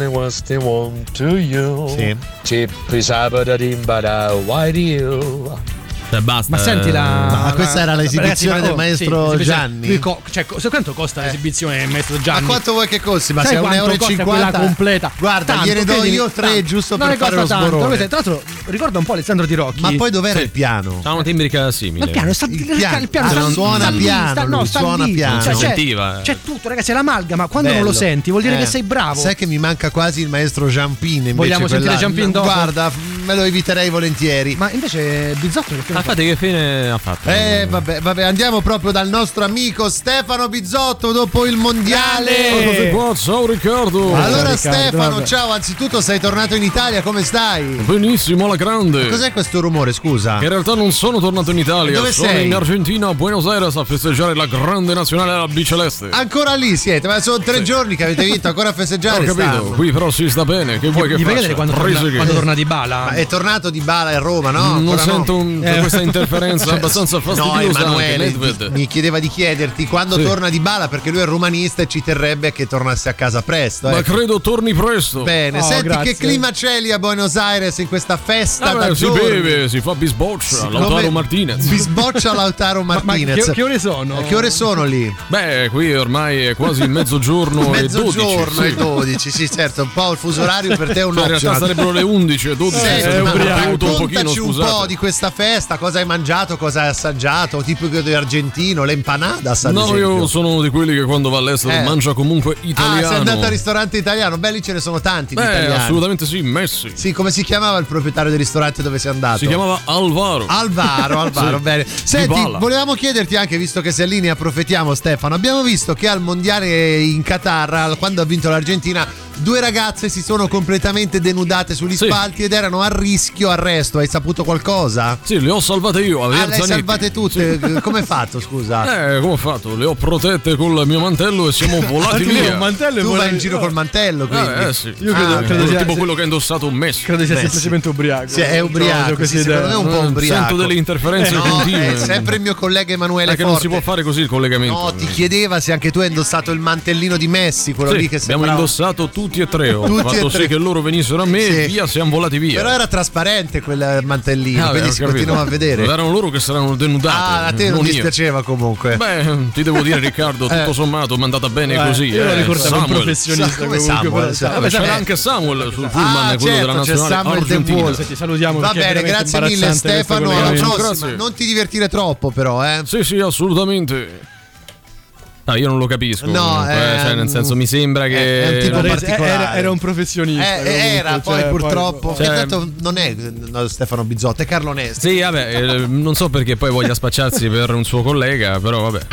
Basta. Ma senti ma questa era l'esibizione del maestro Gianni. Quanto costa l'esibizione del maestro Gianni? Ma quanto vuoi che costi? Ma se è €1,50 quella completa. Guarda, gliene do io 3 giusto per fare lo sborone. Tra l'altro ricorda un po' Alessandro Di Rocchi. Ma poi dov'era il piano? Ha una timbrica simile. Il piano suona piano. Suona piano. C'è tutto, ragazzi, è l'amalgama. Quando non lo senti vuol dire che sei bravo. Sai che mi manca quasi il maestro Jampin. Vogliamo sentire Jampin dopo? Guarda, me lo eviterei volentieri. Ma invece Bizzotto che fine infatti che fine ha fatto? Vabbè, andiamo proprio dal nostro amico Stefano Bizzotto dopo il mondiale. Ciao Riccardo. Allora Riccardo, Stefano, vabbè. ciao, anzitutto sei tornato in Italia, come stai? Benissimo, alla grande. Cos'è questo rumore, scusa? In realtà non sono tornato in Italia, Dove sono sei? in Argentina, a Buenos Aires, a festeggiare la grande nazionale della biceleste. Ancora lì siete, ma sono 3 giorni che avete vinto, ancora a festeggiare. Ho capito, qui però si sta bene, che vuoi che Gli fai faccia? vedere quando torna Dybala? Ma è tornato Dybala a Roma, no? Non Ancora sento questa interferenza abbastanza fastidiosa. No, Emanuele anche, mi chiedeva di chiederti quando torna Dybala, perché lui è romanista e ci terrebbe che tornasse a casa presto. Ma credo torni presto. Bene, senti grazie. che clima c'è lì a Buenos Aires in questa festa da si giorni. beve, si fa bisboccia, Lautaro Martinez. Bisboccia Lautaro Martinez. Ma che ore sono? Che ore sono lì? Beh, qui ormai è quasi mezzogiorno e 12. Mezzogiorno e 12, sì, certo, un po' il fuso orario per te è un in realtà sarebbero le 11 e 12. Raccontaci un po' di questa festa, cosa hai mangiato, cosa hai assaggiato, tipico di argentino, l'empanadas ad esempio. Io sono uno di quelli che quando va all'estero mangia comunque italiano. Sei andato al ristorante italiano? Beh, lì ce ne sono tanti di italiani. Assolutamente sì, Messi. Sì, come si chiamava il proprietario del ristorante dove sei andato? Si chiamava Alvaro, sì. Bene. Senti, Dybala. volevamo chiederti anche, visto che sei in linea, approfittiamo Stefano, abbiamo visto che al mondiale in Qatar, quando ha vinto l'Argentina, 2 ragazze si sono completamente denudate sugli spalti ed erano a rischio arresto. Hai saputo qualcosa? Sì, le ho salvate io. Le hai salvate tutte? Sì. Come hai fatto, scusa? Come ho fatto? Le ho protette col mio mantello e siamo volati via. Tu vai in giro col mantello, quindi? Sì. Io credo sia tipo quello che ha indossato Messi. Credo sia semplicemente ubriaco. Sì, è ubriaco. Sì, secondo me è un po' ubriaco. Sento delle interferenze continue. È sempre il mio collega Emanuele Forte. Non si può fare così il collegamento. No, ti chiedeva se anche tu hai indossato il mantellino di Messi, quello lì che abbiamo indossato tutti e tre. Ho fatto sì che loro venissero a me e via, siamo volati via. Però era trasparente quel mantellino, quindi si continuava a vedere. Erano loro che saranno denudati. A te non dispiaceva comunque. Beh, ti devo dire Riccardo, tutto sommato mi è andata bene così. Io lo ricordavo un professionista come Samuel. C'era anche Samuel sul pullman, quello della nazionale argentina. Ti salutiamo. Va bene, grazie mille Stefano. Alla prossima. Non ti divertire troppo però, Sì, assolutamente. Io non lo capisco. No, cioè, nel senso, mi sembra che è un tipo particolare. Era un professionista. Era, poi purtroppo. Che tanto non è Stefano Bizzotto, è Carlo Nesti. Sì, vabbè, non so perché poi voglia spacciarsi per un suo collega, però vabbè.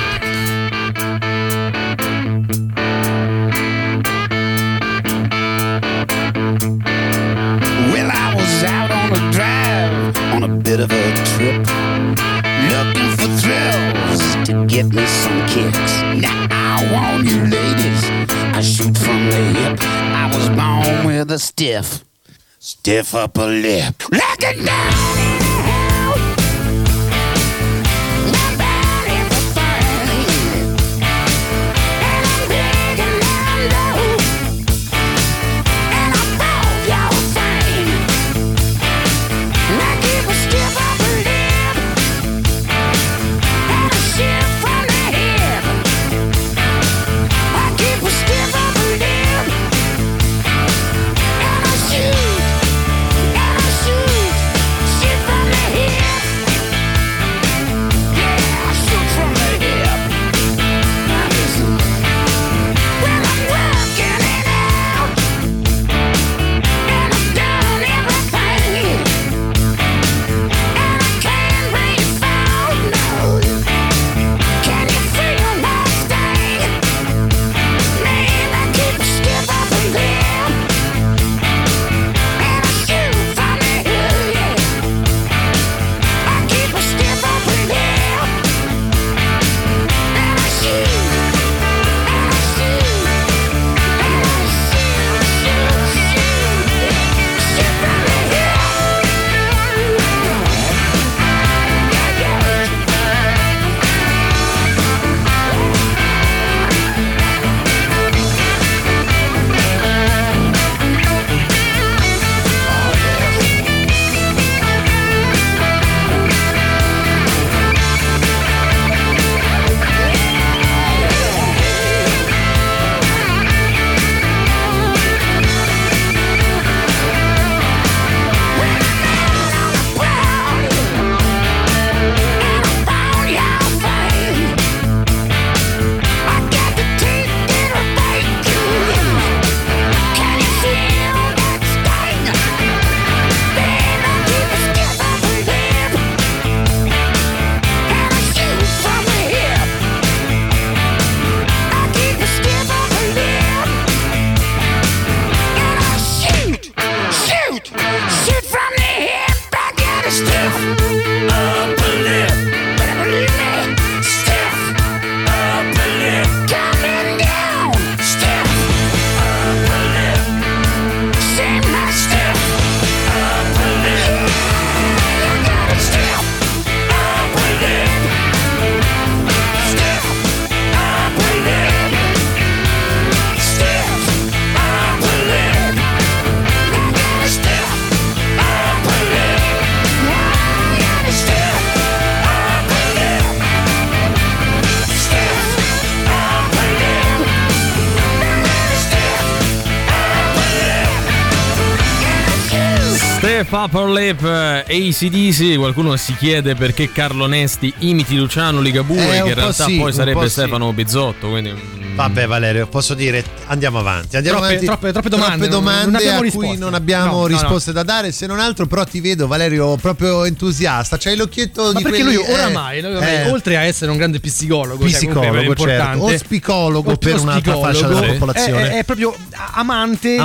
Well, I was out on a drive, on a bit of a trip, looking for thrills to get me some kicks. Now I want you ladies, I shoot from the hip. I was born with a stiff upper lip. Looking down in hell, my body's a thing, and I'm big and I'm low, and I broke your thing. I keep a stiff upper lip, and a shift from the hip. I keep a stiff upper lip, and I shoot, shift from Step Upper Lip, AC/DC. Qualcuno si chiede perché Carlo Nesti imiti Luciano Ligabue, che in realtà poi sarebbe Stefano Bizzotto. Quindi... Vabbè, Valerio, posso dire, andiamo avanti. Troppe domande non a cui non abbiamo risposte da dare. Se non altro, però, ti vedo, Valerio, proprio entusiasta. C'hai l'occhietto ma di perché quelli, lui oramai, oltre a essere un grande psicologo, certo, o spicologo per un'altra fascia della popolazione, è proprio amante.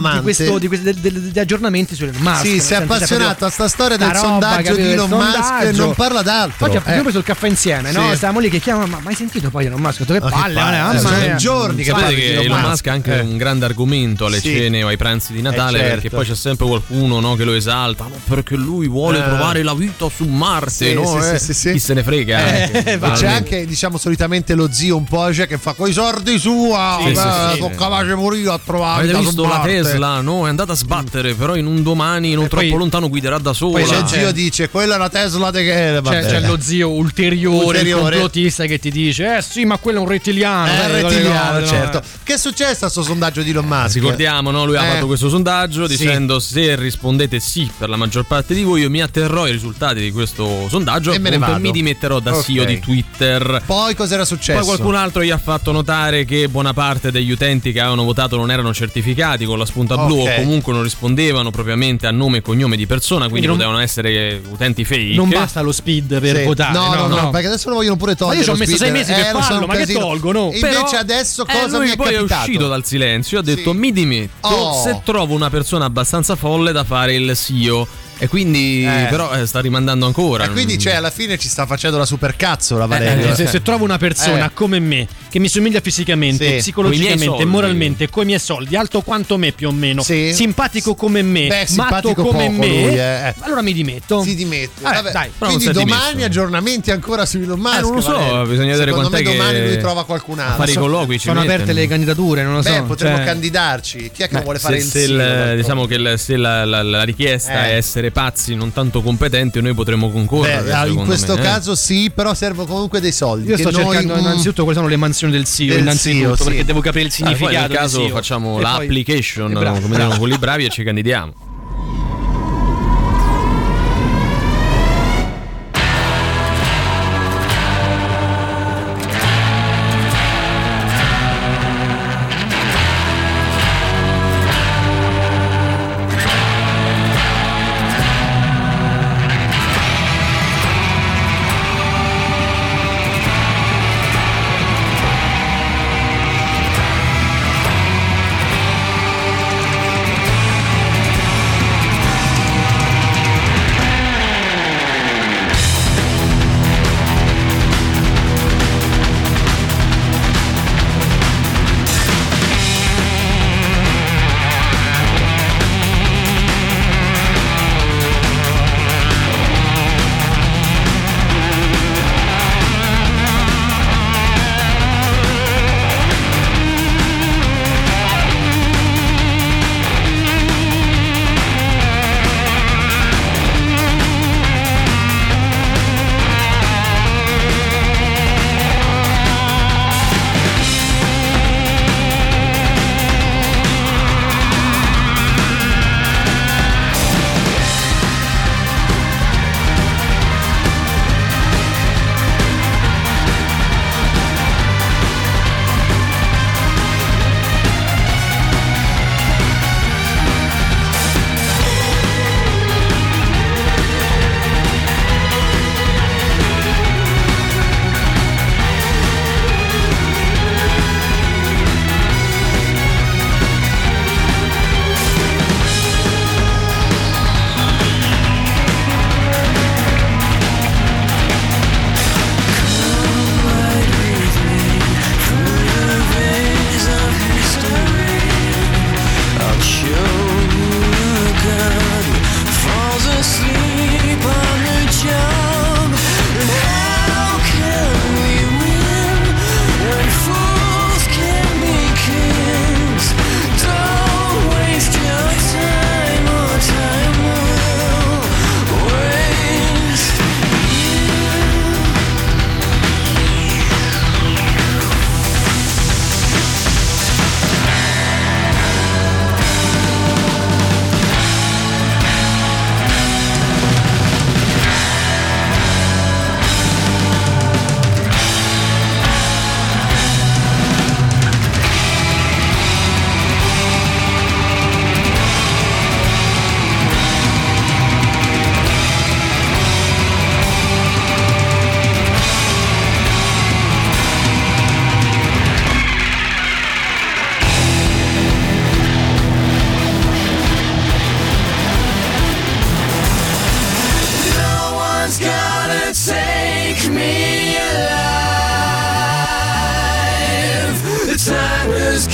Degli aggiornamenti su Elon Musk. Sì, si è appassionato a sta storia del sondaggio di Elon Musk e non parla d'altro. Oggi abbiamo preso il caffè insieme, no? Stavamo lì che chiama, ma hai sentito poi Elon Musk? Che palle, sono giorni che sapete che Elon Musk ha anche un grande argomento alle cene o ai pranzi di Natale, perché poi c'è sempre qualcuno, no, che lo esalta, perché lui vuole trovare la vita su Marte, no? Chi se ne frega. C'è anche, diciamo, solitamente lo zio un po', cioè, che fa coi sordi sua, sono capace morire a trovare. Avete visto la Tesla, no? È andata a sbattere, però in un domani non troppo lontano guiderà da sola. Poi il zio dice, quella è la Tesla de che c'è lo zio ulteriore, il complottista che ti dice sì, ma quello è un rettiliano. È rettiliano, certo. Che è successo a sto sondaggio di Elon Musk? Ricordiamo, no? Lui ha fatto questo sondaggio dicendo: se rispondete sì per la maggior parte di voi, io mi atterrò ai risultati di questo sondaggio e mi dimetterò da CEO di Twitter. Poi cos'era successo? Poi qualcun altro gli ha fatto notare che buona parte degli utenti che avevano votato non erano certificati con la spunta blu, o comunque non rispondevano propriamente a nome e cognome di persona, quindi potevano essere utenti fake. Non basta lo speed per votare. No, perché adesso lo vogliono pure togliere. Ma io ci ho messo 6 mesi per farlo, ma che tolgono? Invece adesso cosa mi è poi capitato? È uscito dal silenzio, ha detto mi dimetto se trovo una persona abbastanza folle da fare il CEO. E quindi però sta rimandando ancora. E quindi alla fine ci sta facendo la supercazzola, Valerio. Se trovo una persona come me, che mi somiglia fisicamente, psicologicamente, moralmente, coi miei soldi, alto quanto me più o meno, simpatico come me, matto come me, allora mi dimetto. Si dimette. Dai, quindi domani aggiornamenti ancora su Elon Musk. Non lo so, bisogna vedere quant'è che domani lui trova qualcun altro. Fare i colloqui sono aperte le candidature, non lo so. Potremmo candidarci. Chi è che vuole fare il CEO? Diciamo che se la richiesta è essere pazzi, non tanto competenti, noi potremmo concorrere. In questo caso sì, però servono comunque dei soldi. Io sto cercando innanzitutto quali sono le mansioni del CEO, innanzitutto, perché devo capire il significato. Nel caso facciamo l'application, come dicono quelli bravi, e ci candidiamo.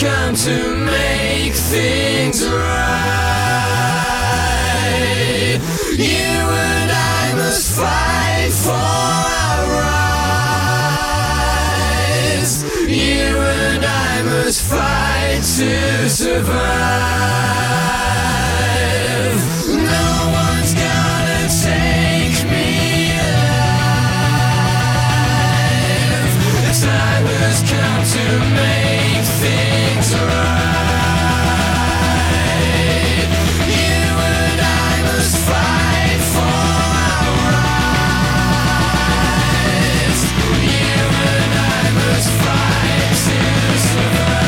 come to make things right. You and I must fight for our rights. You and I must fight to survive. No one's gonna take me alive. The time has come to make things right. You and I must fight for our rights. You and I must fight to survive.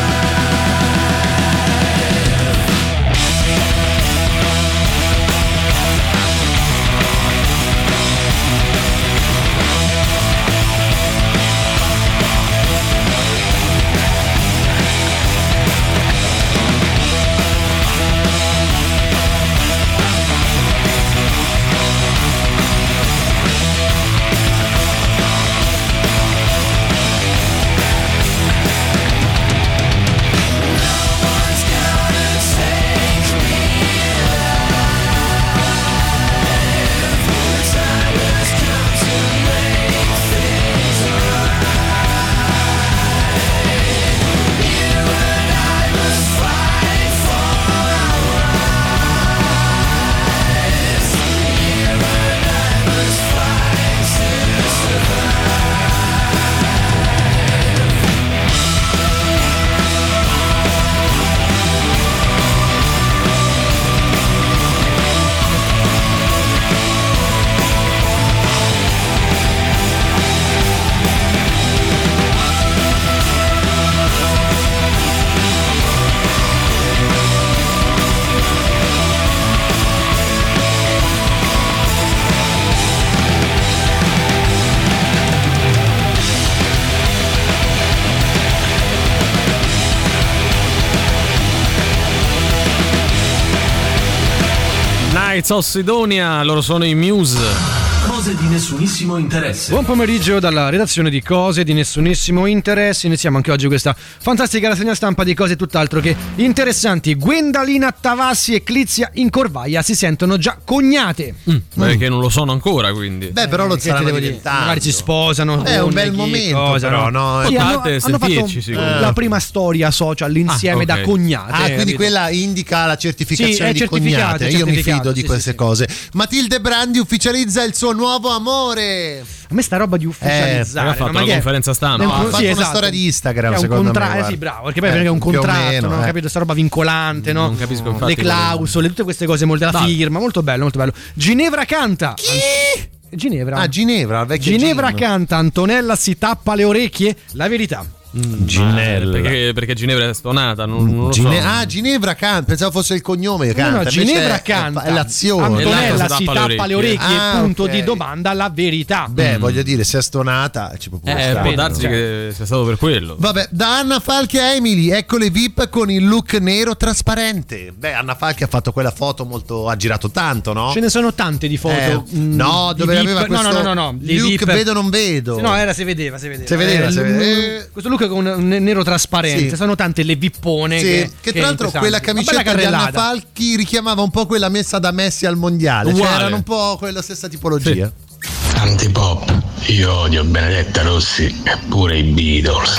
Nights of Sidonia, loro sono i Muse. Cose di nessunissimo interesse. Buon pomeriggio dalla redazione di Cose di nessunissimo interesse. Iniziamo anche oggi questa fantastica rassegna stampa di cose tutt'altro che interessanti. Gwendalina Tavassi e Clizia Incorvaia si sentono già cognate. Perché non lo sono ancora, quindi. Beh, però lo saranno diventando. Magari si sposano. È un bel momento, però, no? Sì, hanno fatto la prima storia social insieme da cognate. Quindi quella indica la certificazione di cognate. Io mi fido di queste cose. Matilde Brandi ufficializza il suo nuovo amore. A me sta roba di ufficializzare ha fatto una conferenza stampa. Ha fatto una storia di Instagram, è un secondo me. Sì, bravo, perché poi è un contratto, no? Capito? Sta roba vincolante, no? Non capisco infatti. Le clausole, tutte queste cose, la firma, molto bello, molto bello. Ginevra canta. Chi? Ginevra. Ginevra, il vecchio Ginevra Gin. canta, Antonella si tappa le orecchie. La verità. Ginevra. Perché Ginevra è stonata, non lo so. Ginevra canta, pensavo fosse il cognome. Canta. No, Ginevra canta. È l'azione. Antonella si tappa le orecchie. Punto di domanda, la verità. Beh, voglio dire, se è stonata ci può stare. Può darsi che sia stato per quello. Vabbè, da Anna Falchi a Emily, ecco le VIP con il look nero trasparente. Beh, Anna Falchi ha fatto quella foto molto, ha girato tanto, no? Ce ne sono tante di foto. No, dove aveva questo no. look vedo non vedo. No, si vedeva. Questo look con un nero trasparente. Sì. Sono tante le vippone. Sì, che tra l'altro quella camicetta di Anna Falchi richiamava un po' quella messa da Messi al mondiale. Cioè erano un po' quella stessa tipologia. Sì. Antipop, io odio Benedetta Rossi e pure i Beatles.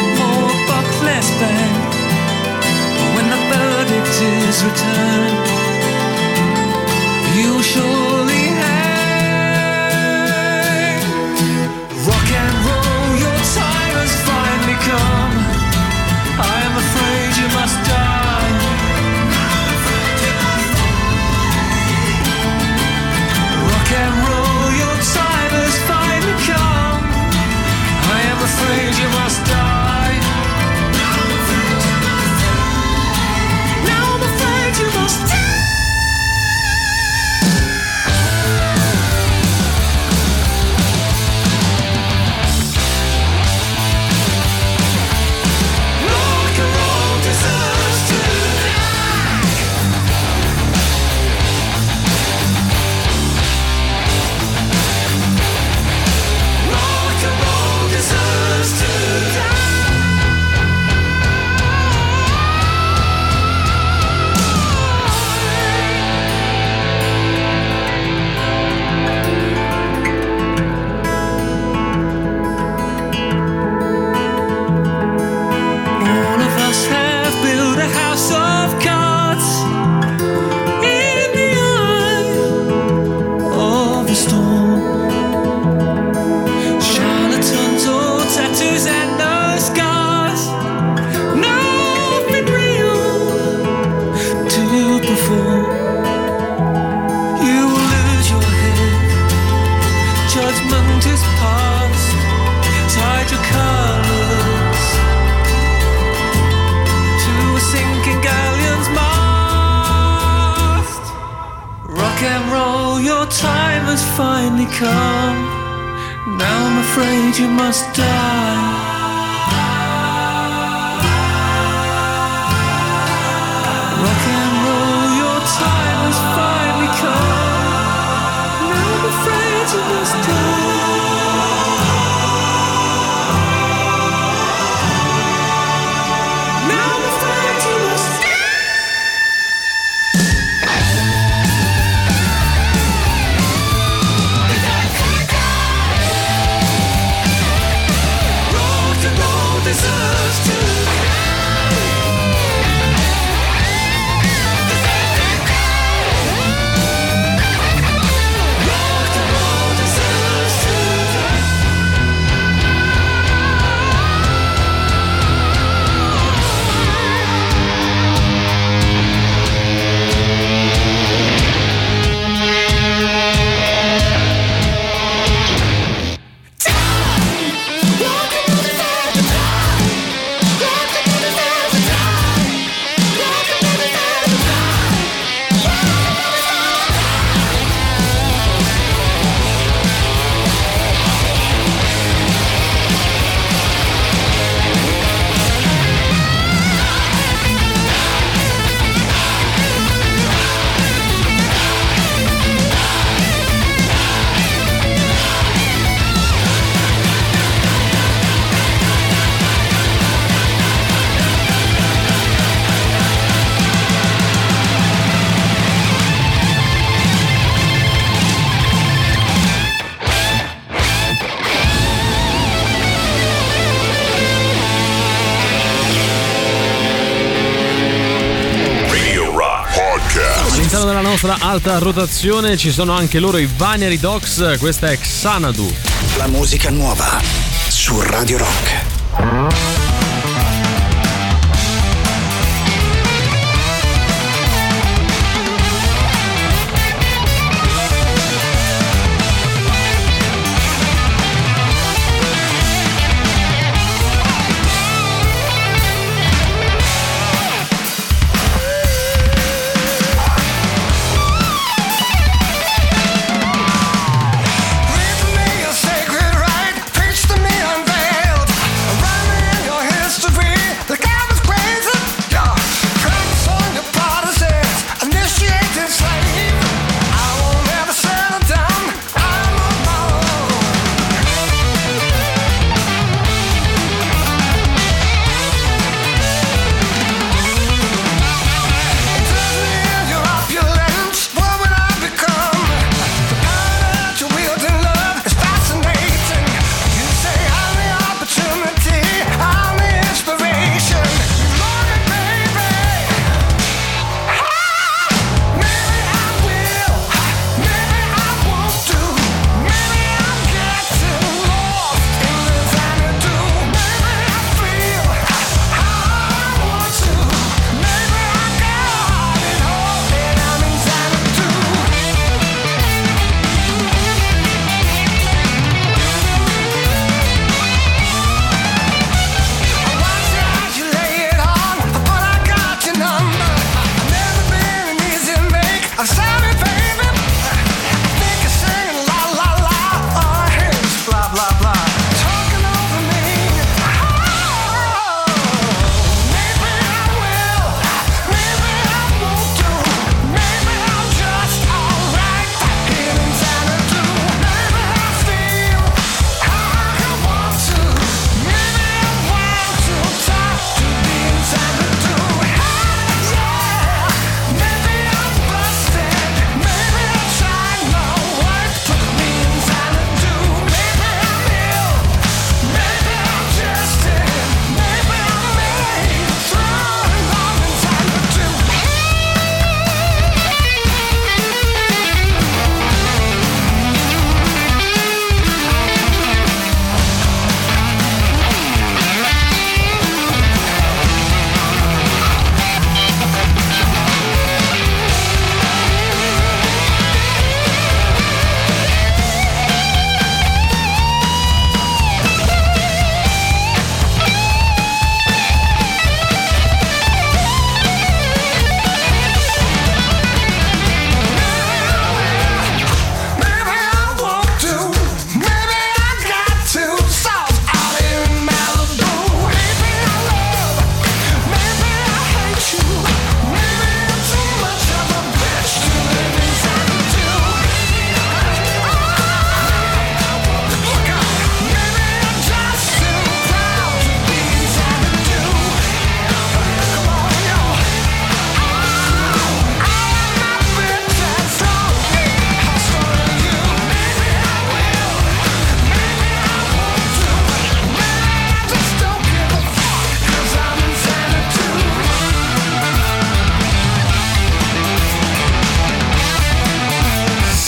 Return time has finally come. Now I'm afraid you must die. Rock and roll, your time has finally come. Now I'm afraid you must die. Now I'm afraid you must die. Rock and roll deserves to All'interno della nostra alta rotazione ci sono anche loro i Binary Dogs, questa è Xanadu. La musica nuova su Radio Rock. Sacred right, preach to me unveiled. Run me in your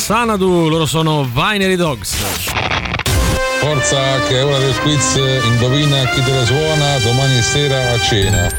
Xanadu, loro sono Vinery Dogs. Forza che è ora del quiz, indovina chi te la suona domani sera a cena.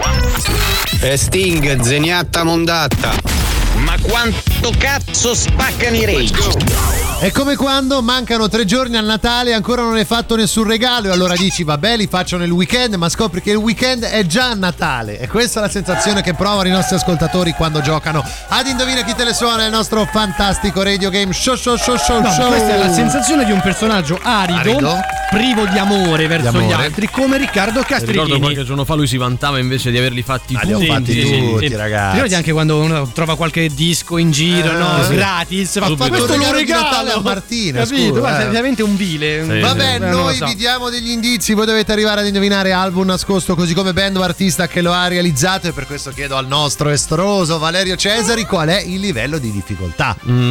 Sting, Zeniatta Mondatta. Ma quanto cazzo spaccano i Rage? È come quando mancano 3 giorni al Natale e ancora non hai fatto nessun regalo e allora dici vabbè li faccio nel weekend, ma scopri che il weekend è già Natale e questa è la sensazione che provano i nostri ascoltatori quando giocano ad Indovina chi te le suona, il nostro fantastico radio game show. Questa è la sensazione di un personaggio arido. Privo di amore verso gli altri, come Riccardo Castrichini. Ricordo qualche giorno fa lui si vantava invece di averli fatti tutti. Li ho fatti tutti, ragazzi. Ricordi anche quando uno trova qualche disco in giro, gratis, ma questo lo regalo a Martina, capito? Guarda, è veramente un vile. Sì, vabbè, noi vi diamo degli indizi, voi dovete arrivare ad indovinare album nascosto, così come band o artista che lo ha realizzato, e per questo chiedo al nostro estroso Valerio Cesari qual è il livello di difficoltà.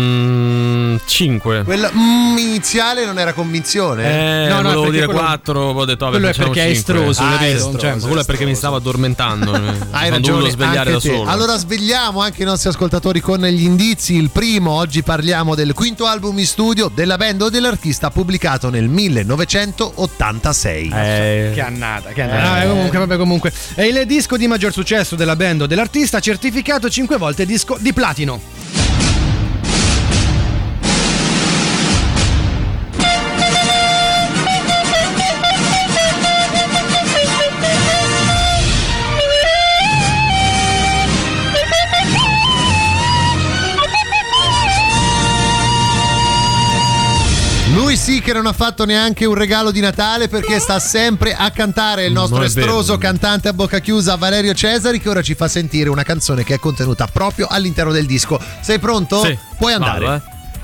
5. Quel iniziale non era convinzione? No, volevo dire 4, ho detto quello è perché 5. È estroso, quello è perché mi stavo addormentando. Hai ragione, dovuto svegliare da solo. Allora svegliamo anche i nostri ascoltatori con gli indizi. Il primo, oggi parliamo del quinto album in studio della band o dell'artista pubblicato nel 1986. Che annata. Comunque è il disco di maggior successo della band o dell'artista, certificato 5 volte disco di platino. Lui sì che non ha fatto neanche un regalo di Natale perché sta sempre a cantare, il nostro estroso cantante a bocca chiusa Valerio Cesari, che ora ci fa sentire una canzone che è contenuta proprio all'interno del disco. Sei pronto? Sì. Puoi andare.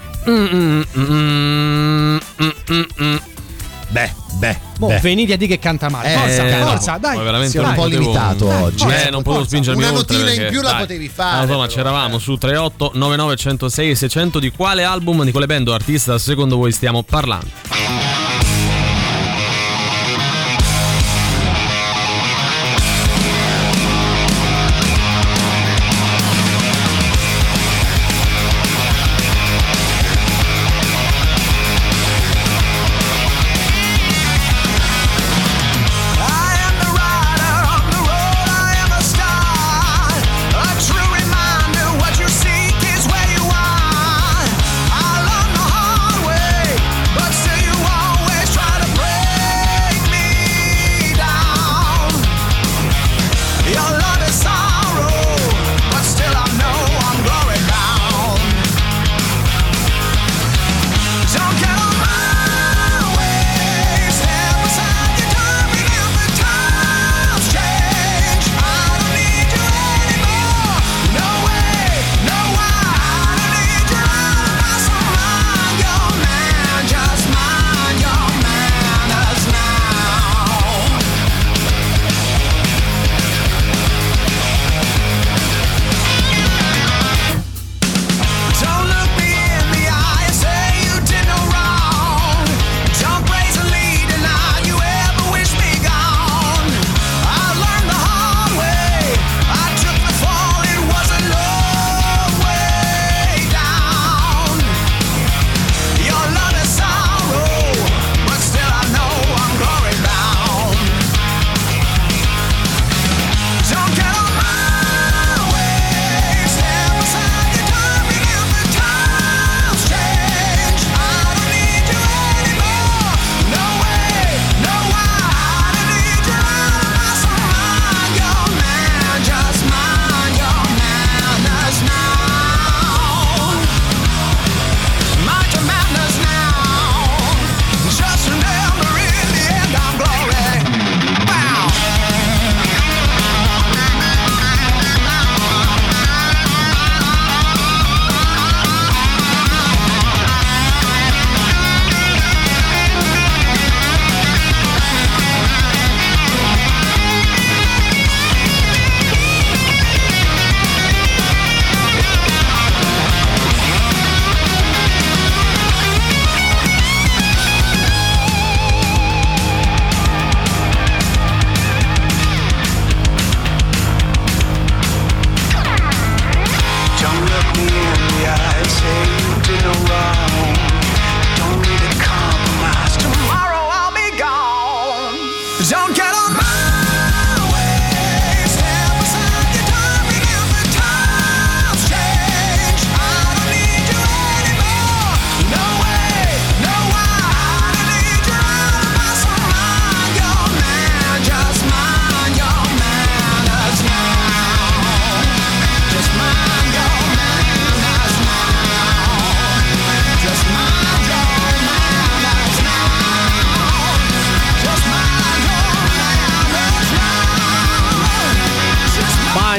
Venite a dire che canta male. Forza, dai. Ma veramente un po' limitato oggi. Non potevo spingermi una oltre. Una notina perché, in più la potevi fare. Insomma, c'eravamo su 38 99 106 600. Di quale album, di quale band o artista secondo voi stiamo parlando? You are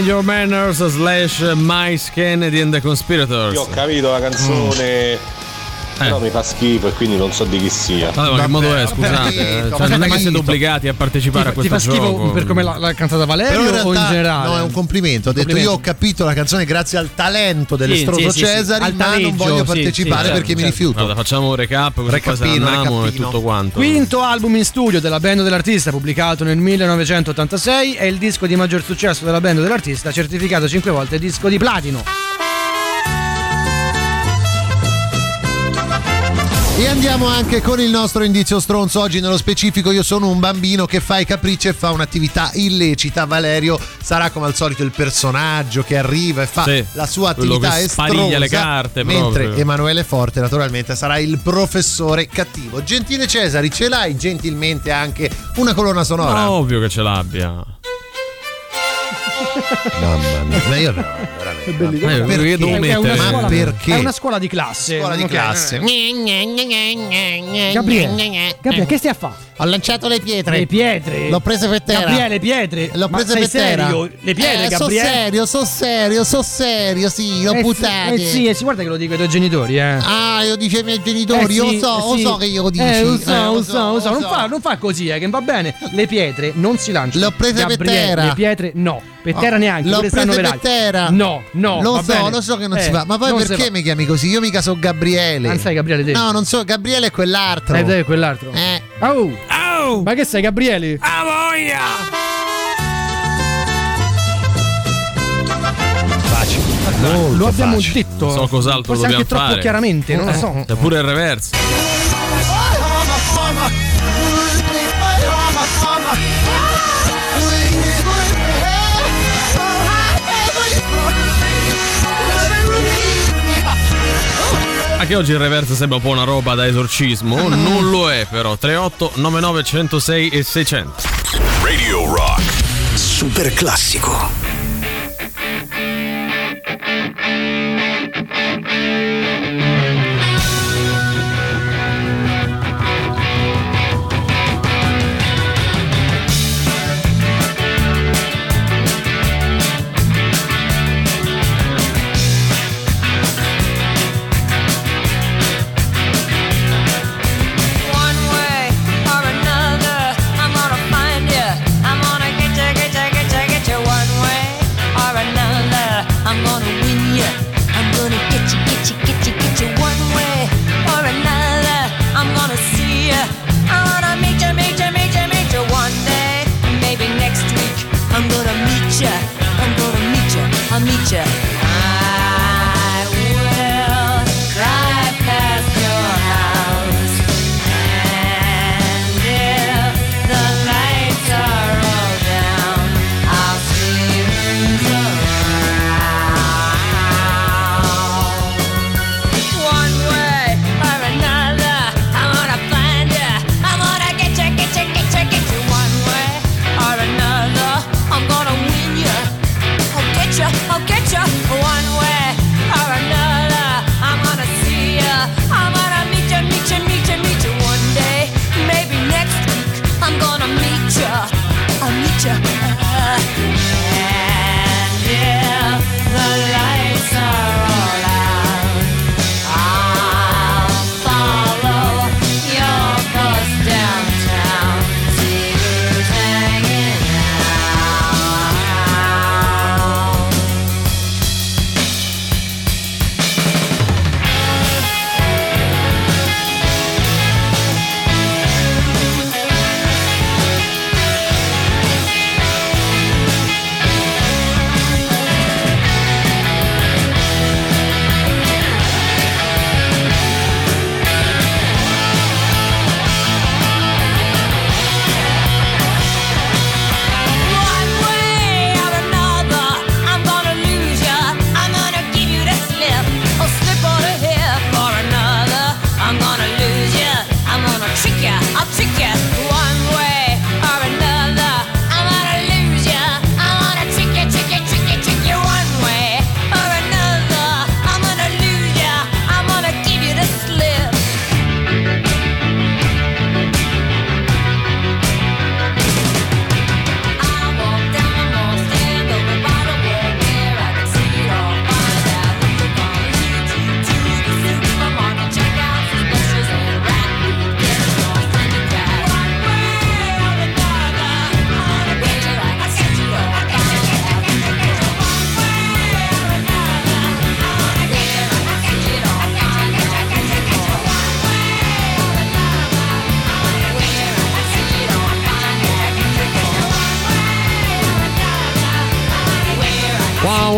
Mind Your Manners / Mice Kennedy and the Conspirators. Io ho capito la canzone. Però mi fa schifo e quindi non so di chi sia. Ma che modo è, scusate? Cioè, non è che siete obbligati a partecipare a questo gioco. Ti fa schifo per come l'ha cantata Valerio o in generale? No, è un complimento. Ho detto io ho capito la canzone grazie al talento dell'Estroso Cesari, ma non voglio partecipare perché mi rifiuto. Allora, facciamo un recap, così poi se andiamo e tutto quanto. Quinto album in studio della band dell'artista, pubblicato nel 1986, è il disco di maggior successo della band dell'artista, certificato 5 volte disco di platino. E andiamo anche con il nostro indizio stronzo. Oggi nello specifico io sono un bambino che fa i capricci e fa un'attività illecita. Valerio sarà come al solito il personaggio che arriva e fa la sua attività estrosa, le carte, mentre proprio. Emanuele Forte naturalmente sarà il professore cattivo. Gentile Cesari, ce l'hai gentilmente anche una colonna sonora? No, ovvio che ce l'abbia. Mamma mia, ma io no, veramente. Perché? È una scuola di classe. Gabriele, che stai a fare? Ho lanciato le pietre. Le pietre? L'ho prese per terra. Gabriele, le pietre? L'ho prese per terra. Serio? Le pietre, Gabriele? So serio, sì, l'ho buttate. Sì, guarda che lo dico ai tuoi genitori, io dico ai miei genitori, lo so che io dici. Lo so. Non fa così, che va bene. Le pietre non si lanciano. L'ho prese per terra. Le pietre no. Per terra neanche. L'ho prese per terra. No. Lo so che non si fa. Ma poi perché mi chiami così? Io mica so Gabriele. Non sai Gabriele te? No, non so, Gabriele è quell'altro. È quell'altro. Oh! Ma che sei, Gabriele? A voglia! Facile. Lo abbiamo detto. Non so cos'altro forse dobbiamo anche troppo fare. Chiaramente, non lo so. C'è pure il reverse. Anche oggi il reverse sembra un po' una roba da esorcismo, non lo è però. 38 99 106 e 600. Radio Rock Super classico. I'll meet ya. I will drive past your house, and if the lights are all down, I'll see who's around. One way or another, I'm gonna find ya. I'm gonna get ya, get ya, get ya, get ya. One way or another, I'm gonna win ya. I'll get ya,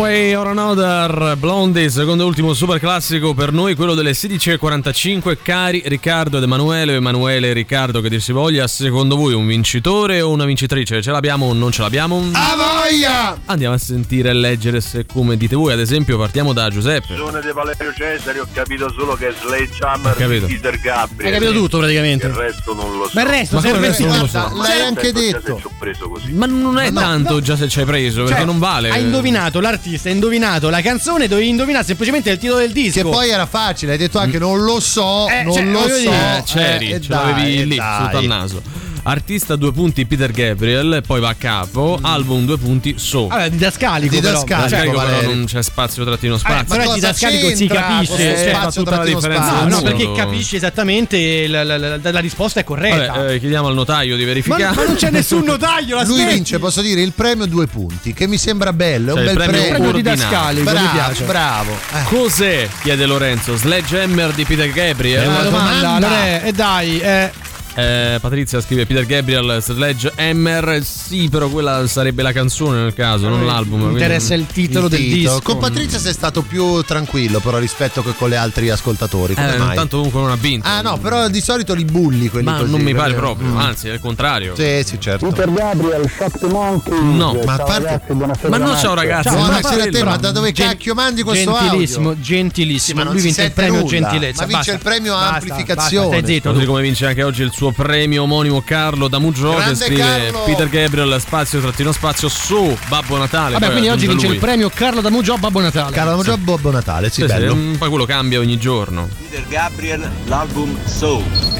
Way or Another, Blondie, secondo e ultimo super classico per noi, quello delle 16:45. Cari Riccardo ed Emanuele, Emanuele e Riccardo, che dir si voglia, secondo voi un vincitore o una vincitrice? Ce l'abbiamo o non ce l'abbiamo? A voglia! Andiamo a sentire e leggere se come dite voi. Ad esempio partiamo da Giuseppe. Sono di Valerio Cesari, ho capito solo che è Sledgehammer di Peter Gabriel. Hai capito tutto praticamente. Il resto non lo so. Ma il resto non lo so. L'hai anche detto. Preso così. Ma non è tanto già se ci hai preso, perché non vale. Hai indovinato l'artista, hai indovinato la canzone, dovevi indovinare semplicemente il titolo del disco. Che poi era facile, hai detto anche non lo so, non lo so. C'eri, ce l'avevi lì, sotto al naso. Artista 2 punti Peter Gabriel, poi va a capo, album 2 punti So. Allora, didascalico però non c'è spazio trattino spazio. Però didascalico si capisce, fa tutta la differenza. No, perché capisci esattamente la risposta è corretta. Vabbè, chiediamo al notaio di verificare. Ma non c'è nessun notaio, lui vince, posso dire, il premio 2 punti, che mi sembra bello, è un bel premio didascalico, mi piace. Bravo. Cos'è? Chiede Lorenzo. Sledgehammer di Peter Gabriel. È una domanda. E dai, Patrizia scrive Peter Gabriel Sledgehammer. Sì, però quella sarebbe la canzone nel caso, non l'album. Mi interessa il titolo del disco. Con Patrizia sei stato più tranquillo però rispetto che con gli altri ascoltatori. Come mai? Tanto comunque non ha vinto. Ah no, però di solito li bulli quelli ma così. Non mi pare proprio, anzi è il contrario. Sì, certo. Peter Gabriel, Shock the Monkey. No, ma a parte ma non ciao ragazzi. Buonasera a te, ma da dove cacchio mandi questo audio? Gentilissimo. Lui vince il premio gentilezza. Ma vince il premio amplificazione. Stai zitto. Così come vince anche oggi il suo premio omonimo Carlo da Muggiò, che scrive Carlo. Peter Gabriel spazio su Babbo Natale. Vabbè, quindi oggi vince il premio Carlo da Muggiò Babbo Natale. Carlo da Muggiò Babbo Natale, sì, bello. Poi quello cambia ogni giorno. Peter Gabriel, l'album So.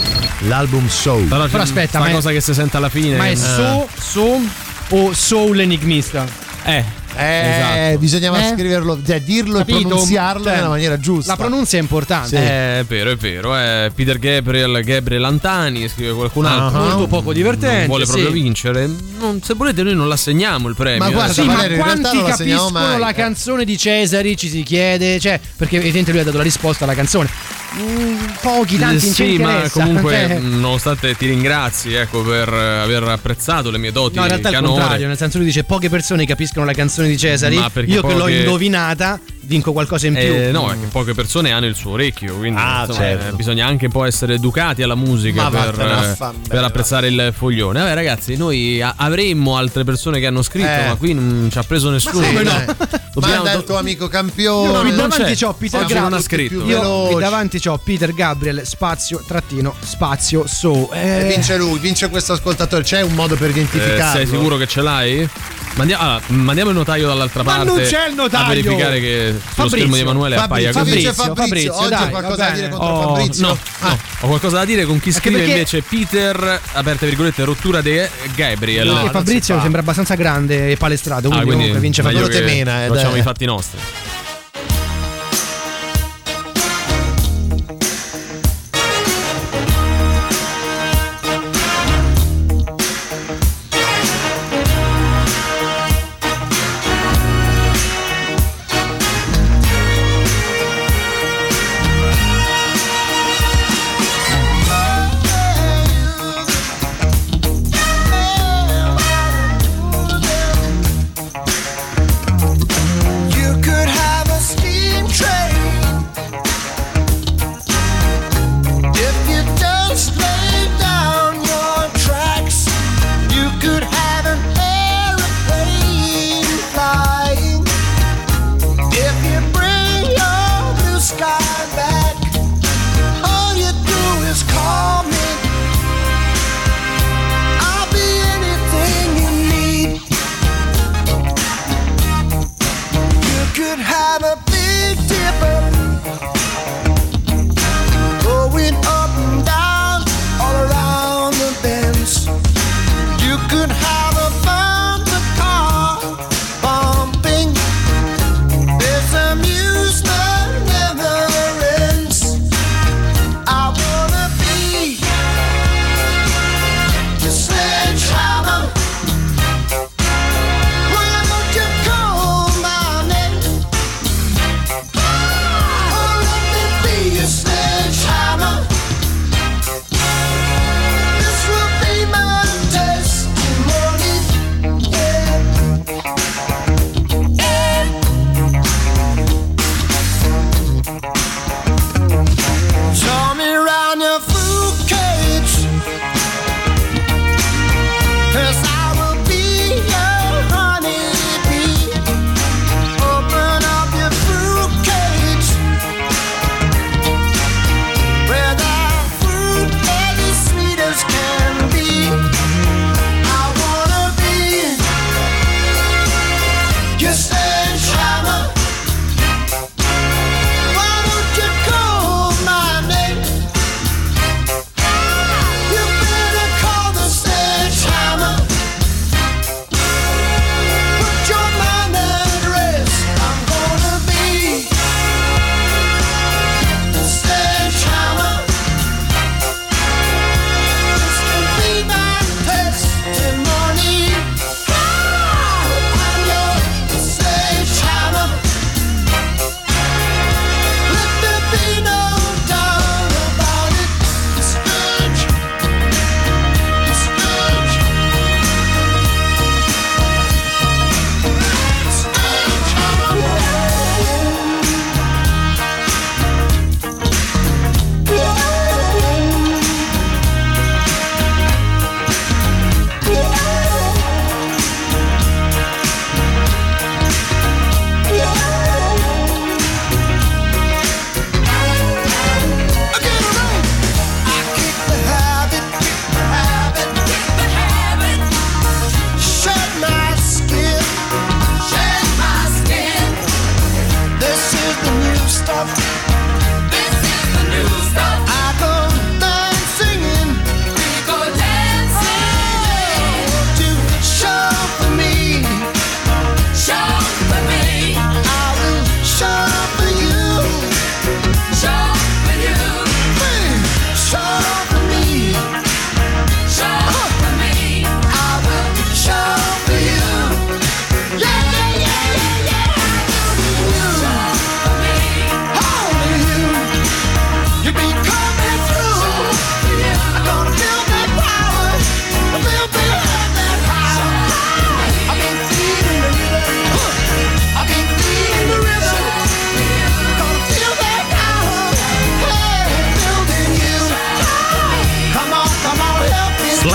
Però aspetta, ma cosa che si sente alla fine. Ma è So o Soul Enigmista? Esatto. Bisognava scriverlo, dirlo, capito? E pronunziarlo nella maniera giusta. La pronuncia è importante. Sì. È vero. Peter Gabriel Antani, scrive qualcun altro. Molto poco divertente. Non vuole proprio vincere. Se volete, noi non l'assegniamo il premio. Ma guarda, Valerio, ma quanti capiscono la canzone di Cesari? Ci si chiede, perché evidentemente lui ha dato la risposta alla canzone. Pochi, tanti sì, ma comunque nonostante ti ringrazi per aver apprezzato le mie doti. No, in realtà è il contrario, nel senso lui dice poche persone capiscono la canzone di Cesari. Io che l'ho indovinata vinco qualcosa in più. No, è che poche persone hanno il suo orecchio, quindi bisogna anche un po' essere educati alla musica per apprezzare il foglione. Vabbè ragazzi, noi avremmo altre persone che hanno scritto, ma qui non ci ha preso nessuno. Ma come no? Manda il tuo amico campione. Qui davanti c'ho Peter Gabriel. Non ha scritto. Qui davanti c'ho Peter Gabriel spazio So. Vince lui, vince questo ascoltatore. C'è un modo per identificarlo? Sei sicuro che ce l'hai? Mandiamo il notaio dall'altra parte. Ma non c'è il notaio a verificare che sullo schermo di Emanuele appaia così. Fabrizio, oggi hai qualcosa da dire contro Fabrizio? No, ho qualcosa da dire con chi scrive invece Peter, aperte virgolette, rottura di Gabriel. Perché Fabrizio mi sembra abbastanza grande e palestrato, quindi comunque vince Fabrizio. Facciamo i fatti nostri. You could have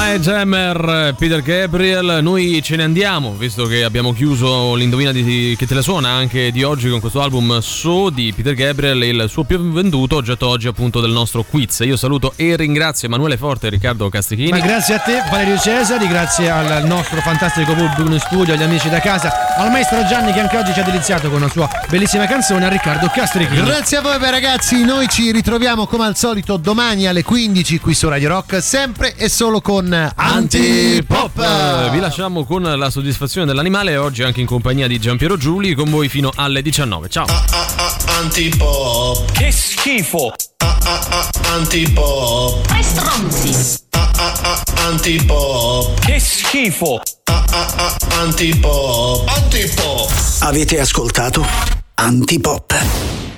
Jammer, Peter Gabriel. Noi ce ne andiamo, visto che abbiamo chiuso l'indovina che te la suona anche di oggi con questo album So di Peter Gabriel, il suo più venduto, oggetto oggi appunto del nostro quiz. Io saluto e ringrazio Emanuele Forte e Riccardo Castrichini. Ma grazie a te Valerio Cesari, grazie al nostro fantastico pubblico in studio, agli amici da casa, al maestro Gianni che anche oggi ci ha deliziato con una sua bellissima canzone, a Riccardo Castrichini. Grazie a voi ragazzi, noi ci ritroviamo come al solito domani alle 15 qui su Radio Rock, sempre e solo con Antipop. Vi lasciamo con la soddisfazione dell'animale, oggi anche in compagnia di Giampiero Giuli, con voi fino alle 19. Ciao. Antipop. Che schifo. Antipop. Tre stronzi. Antipop. Che schifo. Antipop. Antipop. Avete ascoltato Antipop.